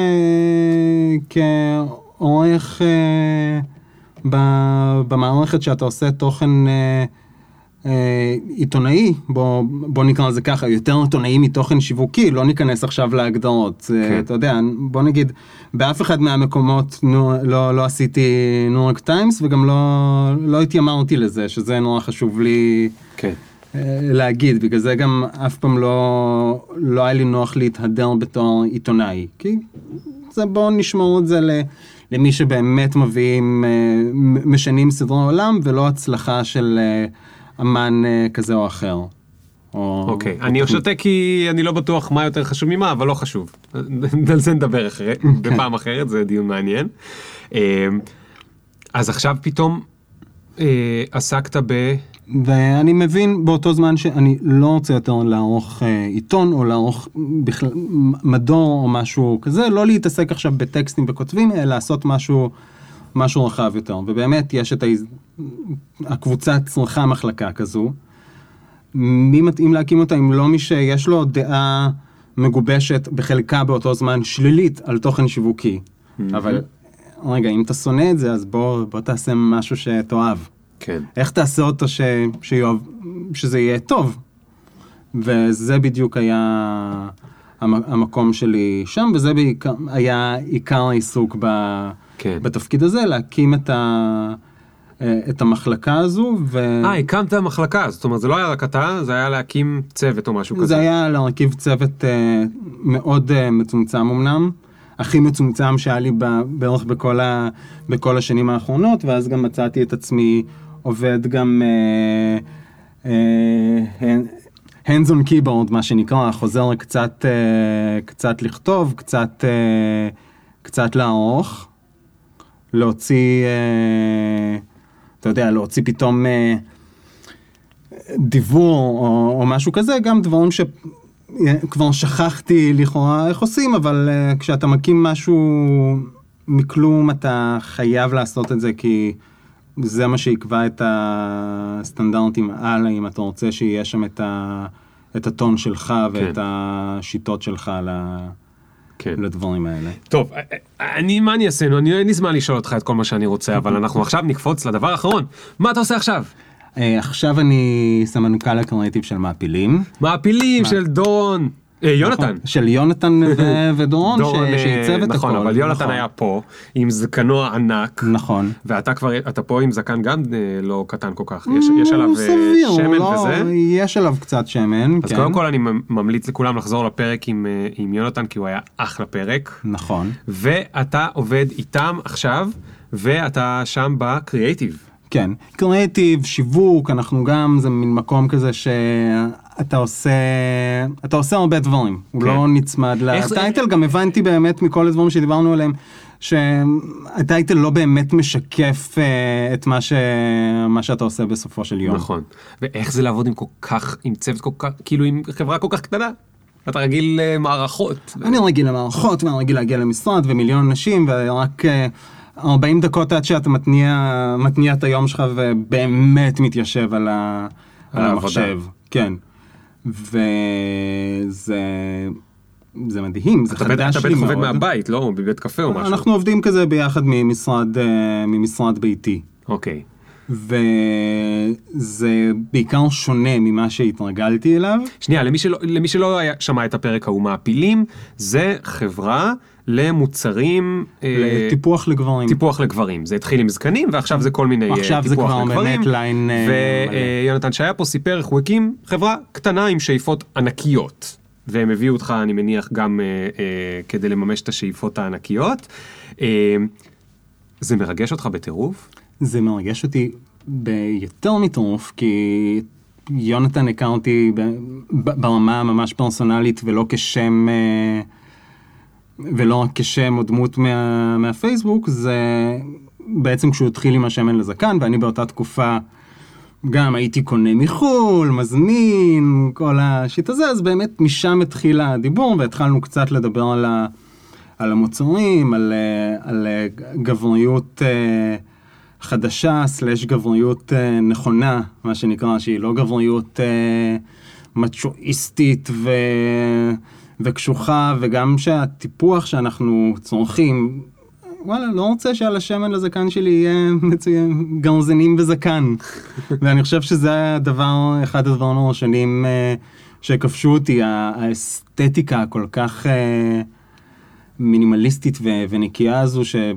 כעורך אה, ב... במערכת שאתה עושה תוכן אה, עיתונאי, בוא, בוא נקרא לזה ככה, יותר עיתונאי מתוכן שיווקי, לא ניכנס עכשיו להגדרות. כן. אתה יודע, בוא נגיד, באף אחד מהמקומות לא, לא עשיתי ניו יורק טיימס, וגם לא, לא התיימרתי לזה, שזה נורא חשוב לי כן. להגיד, בגלל זה גם אף פעם לא, לא היה לי נוח להתהדר בתור עיתונאי, כי זה, בוא נשמור את זה ל... למי שבאמת מביאים, משנים סדרי עולם, ולא הצלחה של אמן כזה או אחר. אוקיי, אני אשתה כי אני לא בטוח מה יותר חשוב ממה, אבל לא חשוב. על זה נדבר בפעם אחרת, זה דיון מעניין. אז עכשיו פתאום עסקת ב... ואני מבין באותו זמן שאני לא רוצה יותר לערוך עיתון, או לערוך בכלל מדור או משהו כזה, לא להתעסק עכשיו בטקסטים וכותבים, אלא לעשות משהו, משהו רחב יותר. ובאמת יש את הקבוצה צריכה מחלקה כזו. מי מתאים להקים אותה אם לא מי שיש לו דעה מגובשת בחלקה באותו זמן שלילית על תוכן שיווקי. אבל רגע, אם אתה שונא את זה, אז בוא, בוא תעשה משהו שתאהב. כן. איך תעשה אותו ש... שיואב... שזה יהיה טוב? וזה בדיוק היה המקום שלי שם, וזה בעיקר... היה עיקר העיסוק ב... כן. בתפקיד הזה, להקים את, ה... את המחלקה הזו. ו... אה, הקמת המחלקה, זאת אומרת, זה לא היה רק אתה, זה היה להקים צוות או משהו כזה. זה היה להרכיב צוות מאוד מצומצם אמנם, הכי מצומצם שהיה לי בערך בכל, ה... בכל השנים האחרונות, ואז גם מצאתי את עצמי עובד גם uh, uh, hands on keyboard, מה שנקרא, חוזר קצת, uh, קצת לכתוב, קצת, uh, קצת לערוך, להוציא, uh, אתה יודע, להוציא פתאום uh, דיבור או, או משהו כזה, גם דברים שכבר שכחתי לכאורה איך עושים, אבל uh, כשאתה מקים משהו מכלום, אתה חייב לעשות את זה, כי זה מה שיקבע את הסטנדרטים הלאה, אם אתה רוצה שיהיה שם את, ה, את הטון שלך ואת כן. השיטות שלך כן. לדברים האלה. טוב, אני, מה אני אעשה? אני, אין לי זמן לשאול אותך את כל מה שאני רוצה, אבל אנחנו עכשיו נקפוץ לדבר האחרון. מה אתה עושה עכשיו? עכשיו אני סמנכ"ל הקריאיטיב של מעפילים. מעפילים של דורון. יונתן. של יונתן ודורון שעיצב את הכל. נכון, אבל יונתן היה פה עם זקנו הענק. נכון. ואתה כבר, אתה פה עם זקן גם לא קטן כל כך. יש עליו שמן וזה? יש עליו קצת שמן, אז קודם כל אני ממליץ לכולם לחזור לפרק עם יונתן, כי הוא היה אחלה פרק. נכון. ואתה עובד איתם עכשיו, ואתה שם בקריאייטיב. כן, קריאייטיב, שיווק, אנחנו גם, זה מין מקום כזה שאתה עושה, אתה עושה הרבה דברים, הוא לא נצמד לטייטל, גם הבנתי באמת מכל הדברים שדיברנו עליהם, שהטייטל לא באמת משקף את מה, ש... מה שאתה עושה בסופו של יום. נכון, ואיך זה לעבוד עם כל כך, עם צוות כל כך, כאילו עם חברה כל כך קטנה? אתה רגיל למערכות. אני רגיל למערכות, ואני רגיל להגיע למשרד, ומיליון אנשים, ורק ארבעים דקות עד שאתה מתניע, מתניע את היום שלך ובאמת מתיישב על, ה, על המחשב. כן. וזה זה מדהים, זה חדש אתה בטח עובד מהבית, לא? בבית קפה או משהו? אנחנו עובדים כזה ביחד ממשרד, ממשרד ביתי. אוקיי. וזה בעיקר שונה ממה שהתרגלתי אליו. שנייה, למי שלא, למי שלא היה, שמע את הפרק ההוא מעפילים, זה חברה למוצרים... טיפוח לגברים. טיפוח לגברים. זה התחיל עם זקנים, ועכשיו זה כל מיני טיפוח לגברים. עכשיו זה כבר באמת ליין... ויונתן שהיה פה סיפר איך הוא הקים חברה קטנה עם שאיפות ענקיות. והם הביאו אותך, אני מניח, גם כדי לממש את השאיפות הענקיות. זה מרגש אותך בטירוף? זה מרגש אותי ביותר מטירוף, כי יונתן הכר אותי ברמה ממש פרסונלית, ולא כשם, ולא רק כשם או דמות מה, מהפייסבוק. זה בעצם כשהוא התחיל עם השמן לזקן, ואני באותה תקופה גם הייתי קונה מחול, מזמין, כל השיט הזה, אז באמת משם התחיל הדיבור, והתחלנו קצת לדבר על, ה, על המוצרים, על, על גבריות חדשה, סלש גבריות uh, נכונה, מה שנקרא, שהיא לא גבריות uh, מצ'ואיסטית ו... וקשוחה, וגם שהטיפוח שאנחנו צורכים, וואלה, לא רוצה שעל השמן לזקן שלי יהיה מצוין, גרזנים בזקן. ואני חושב שזה הדבר, אחד הדברים הראשונים שכבשו אותי, האסתטיקה הכל כך מינימליסטית ונקייה הזו, ש...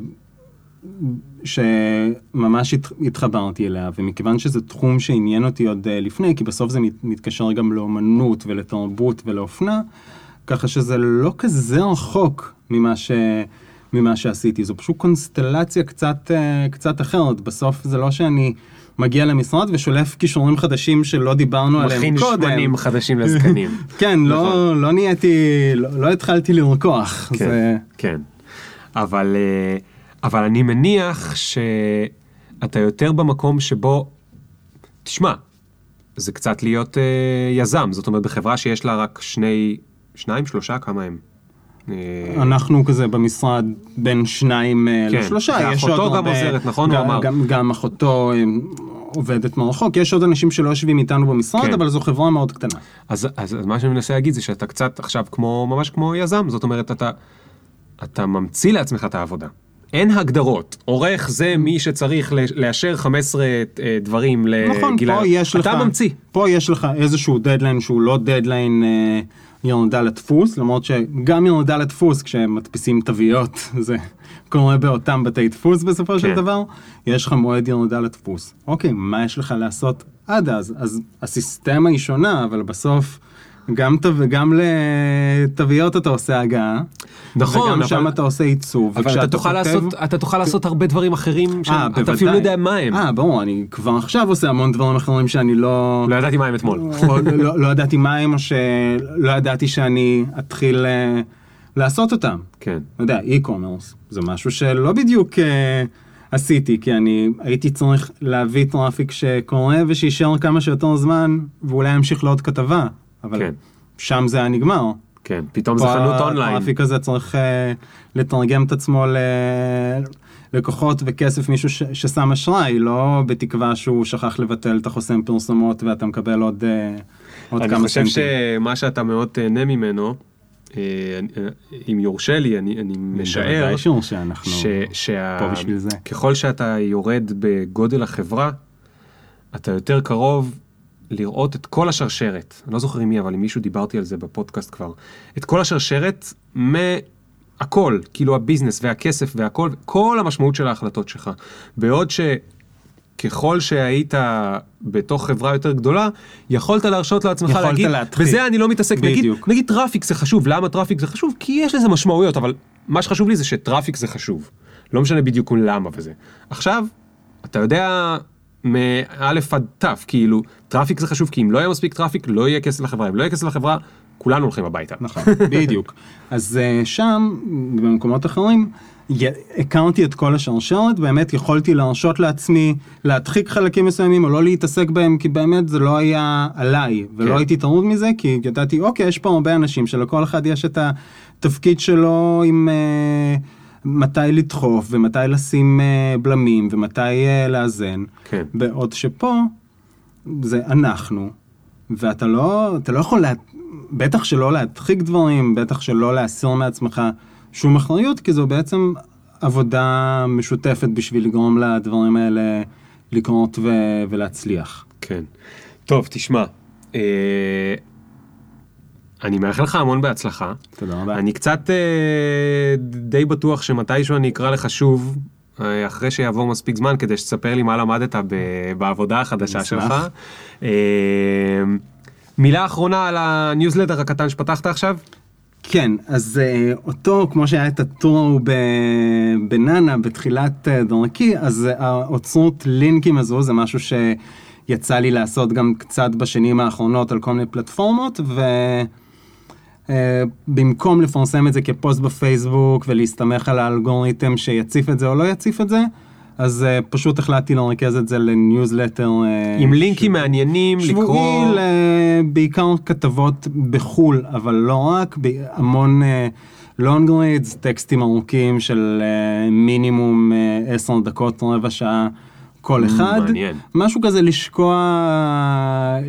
שממש התחברתי אליה, ומכיוון שזה תחום שעניין אותי עוד לפני, כי בסוף זה מתקשר גם לאומנות ולתרבות ולאופנה, ככה שזה לא כזה רחוק ממה, ש... ממה שעשיתי. זו פשוט קונסטלציה קצת, קצת אחרת. בסוף זה לא שאני מגיע למשרד ושולף קישורים חדשים שלא דיברנו עליהם קודם. מכין שמנים חדשים לזקנים. כן, לא, לא נהייתי, לא, לא התחלתי לרקוח. כן, זה... כן. אבל, אבל אני מניח שאתה יותר במקום שבו, תשמע, זה קצת להיות uh, יזם. זאת אומרת, בחברה שיש לה רק שני, שניים, שלושה, כמה הם? אנחנו כזה במשרד בין שניים כן. לשלושה. אחותו גם עוזרת, נכון? גם, גם, גם אחותו עובדת מרחוק. יש עוד אנשים שלא יושבים איתנו במשרד, כן. אבל זו חברה מאוד קטנה. אז, אז, אז מה שאני מנסה להגיד זה שאתה קצת עכשיו כמו, ממש כמו יזם. זאת אומרת, אתה, אתה ממציא לעצמך את העבודה. אין הגדרות. עורך זה מי שצריך לאשר חמישה עשר דברים לגילה. נכון, פה יש לך, אתה ממציא. פה יש לך איזשהו דדליין שהוא לא דדליין ירדה לדפוס, למרות שגם ירדה לדפוס כשמדפיסים תוויות, זה קורה באותם בתי דפוס בסופו כן. של דבר, יש לך מועד ירדה לדפוס. אוקיי, מה יש לך לעשות עד אז? אז הסיסטמה היא שונה, אבל בסוף גם, וגם לתוויות אתה עושה הגעה, נכון, וגם אבל... שם אתה עושה עיצוב. אבל אתה תוכל, כותב... לעשות, אתה תוכל לעשות הרבה דברים אחרים, שאתה אפילו לא יודע מה הם. אה, ברור, אני כבר עכשיו עושה המון דברים אחרים שאני לא... לא ידעתי מה הם אתמול. לא, לא, לא ידעתי מה הם, או שלא ידעתי שאני אתחיל uh, לעשות אותם. כן. לא יודע, e-commerce, זה משהו שלא בדיוק uh, עשיתי, כי אני הייתי צריך להביא טראפיק שקורה ושישאר כמה שיותר זמן, ואולי ימשיך לעוד כתבה. אבל כן. שם זה היה נגמר. כן, פתאום זה חנות אונליין. הטראפיק הזה צריך uh, לתרגם את עצמו ללקוחות וכסף, מישהו ש- ששם אשראי, לא בתקווה שהוא שכח לבטל את החוסם פרסומות ואתה מקבל עוד, uh, עוד כמה סנטים. אני חושב שמה שאתה מאוד תהנה ממנו, אה, אם יורשה לי, אני, אני משער, שאנחנו ש, שה, פה בשביל זה. ככל שאתה יורד בגודל החברה, אתה יותר קרוב לראות את כל השרשרת, אני לא זוכר מי, אבל אם מישהו דיברתי על זה בפודקאסט כבר, את כל השרשרת מהכל, כאילו הביזנס והכסף והכל, כל המשמעות של ההחלטות שלך. בעוד שככל שהיית בתוך חברה יותר גדולה, יכולת להרשות לעצמך להגיד, להתחיל. בזה אני לא מתעסק, נגיד, נגיד טראפיק זה חשוב, למה טראפיק זה חשוב? כי יש לזה משמעויות, אבל מה שחשוב לי זה שטראפיק זה חשוב. לא משנה בדיוק למה וזה. עכשיו, אתה יודע... מאלף עד תף, כאילו, טראפיק זה חשוב, כי אם לא יהיה מספיק טראפיק, לא יהיה כסף לחברה. אם לא יהיה כסף לחברה, כולנו הולכים הביתה. נכון, בדיוק. אז שם, במקומות אחרים, הכרתי את כל השרשרת, באמת יכולתי להרשות לעצמי להדחיק חלקים מסוימים, או לא להתעסק בהם, כי באמת זה לא היה עליי, ולא הייתי תרוד מזה, כי ידעתי, אוקיי, יש פה הרבה אנשים, שלכל אחד יש את התפקיד שלו עם... מתי לדחוף, ומתי לשים uh, בלמים, ומתי uh, לאזן. כן. בעוד שפה, זה אנחנו, ואתה לא, אתה לא יכול, לה, בטח שלא להדחיק דברים, בטח שלא להסיר מעצמך שום אחריות, כי זו בעצם עבודה משותפת בשביל לגרום לדברים האלה לקרות ו- ולהצליח. כן. טוב, תשמע, אה... אני מאחל לך המון בהצלחה. תודה רבה. אני קצת אה, די בטוח שמתישהו אני אקרא לך שוב, אה, אחרי שיעבור מספיק זמן, כדי שתספר לי מה למדת ב- בעבודה החדשה שלך. אה, מילה אחרונה על הניוזלטר הקטן שפתחת עכשיו? כן, אז אה, אותו, כמו שהיה את הטור בננה בתחילת אה, דרכי, אז האוצרות לינקים הזו, זה משהו ש... יצא לי לעשות גם קצת בשנים האחרונות על כל מיני פלטפורמות, ובמקום לפרסם את זה כפוסט בפייסבוק ולהסתמך על האלגוריתם שיציף את זה או לא יציף את זה, אז פשוט החלטתי לרכז את זה לניוזלטר. עם לינקים מעניינים, לקרוא. שבועי, בעיקר כתבות בחול, אבל לא רק, המון long reads, טקסטים ארוכים של מינימום עשר דקות, רבע שעה, כל אחד, מעניין. משהו כזה לשקוע,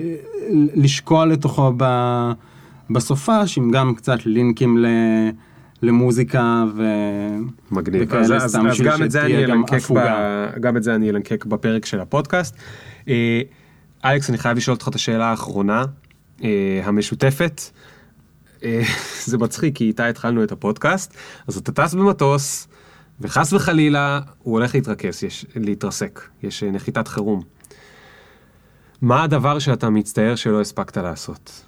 לשקוע לתוכו ב, בסופה, עם גם קצת לינקים ל, למוזיקה ו... מגניב. אז, אז, אז גם, את זה אני אלנקק ב... גם את זה אני אלנקק בפרק של הפודקאסט. אה, אלכס, אני חייב לשאול אותך את השאלה האחרונה, אה, המשותפת. אה, זה מצחיק, כי איתה התחלנו את הפודקאסט, אז אתה טס במטוס, וחס וחלילה הוא הולך להתרכס, יש, להתרסק, יש נחיתת חירום. מה הדבר שאתה מצטער שלא הספקת לעשות?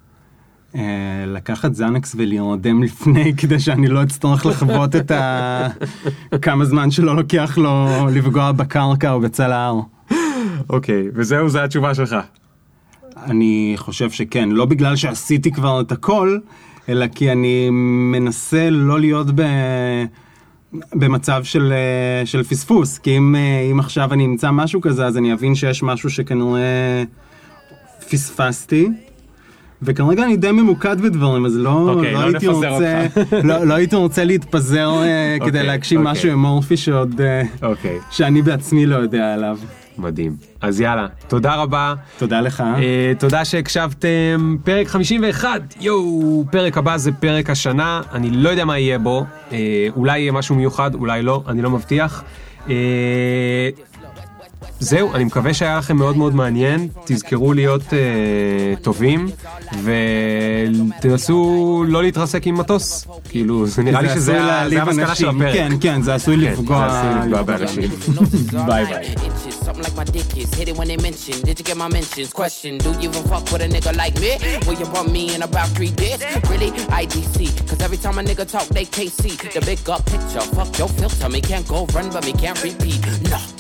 לקחת זנקס ולהירדם לפני, כדי שאני לא אצטרך לחוות את ה... כמה זמן שלא לוקח לו לפגוע בקרקע או בצל ההר. אוקיי, וזהו, זו התשובה שלך. אני חושב שכן, לא בגלל שעשיתי כבר את הכל, אלא כי אני מנסה לא להיות ב... במצב של, של פספוס, כי אם, אם עכשיו אני אמצא משהו כזה, אז אני אבין שיש משהו שכנראה פספסתי, וכרגע אני די ממוקד בדברים, אז לא, okay, לא, לא, הייתי רוצה, לא, לא הייתי רוצה להתפזר okay, כדי להגשים okay. משהו אמורפי שעוד, okay. שאני בעצמי לא יודע עליו. מדהים. אז יאללה, תודה רבה. תודה לך. Uh, תודה שהקשבתם. פרק חמישים ואחת, יואו, פרק הבא זה פרק השנה, אני לא יודע מה יהיה בו, uh, אולי יהיה משהו מיוחד, אולי לא, אני לא מבטיח. Uh, זהו, אני מקווה שהיה לכם מאוד מאוד מעניין, תזכרו להיות uh, טובים, ותנסו לא להתרסק עם מטוס, כאילו, זה נראה לי שזה המסקנה של הפרק. כן, כן, זה עשוי לפגוע באנשים. ביי ביי. Something like my dick is hit it when they mention. Did you get my mentions? Question, do you even fuck with a nigga like me? Will you bump me in about three days? Really? I D C. Cause every time a nigga talk, they can't see the big up picture. Fuck your filter, me can't go run, but me can't repeat. No.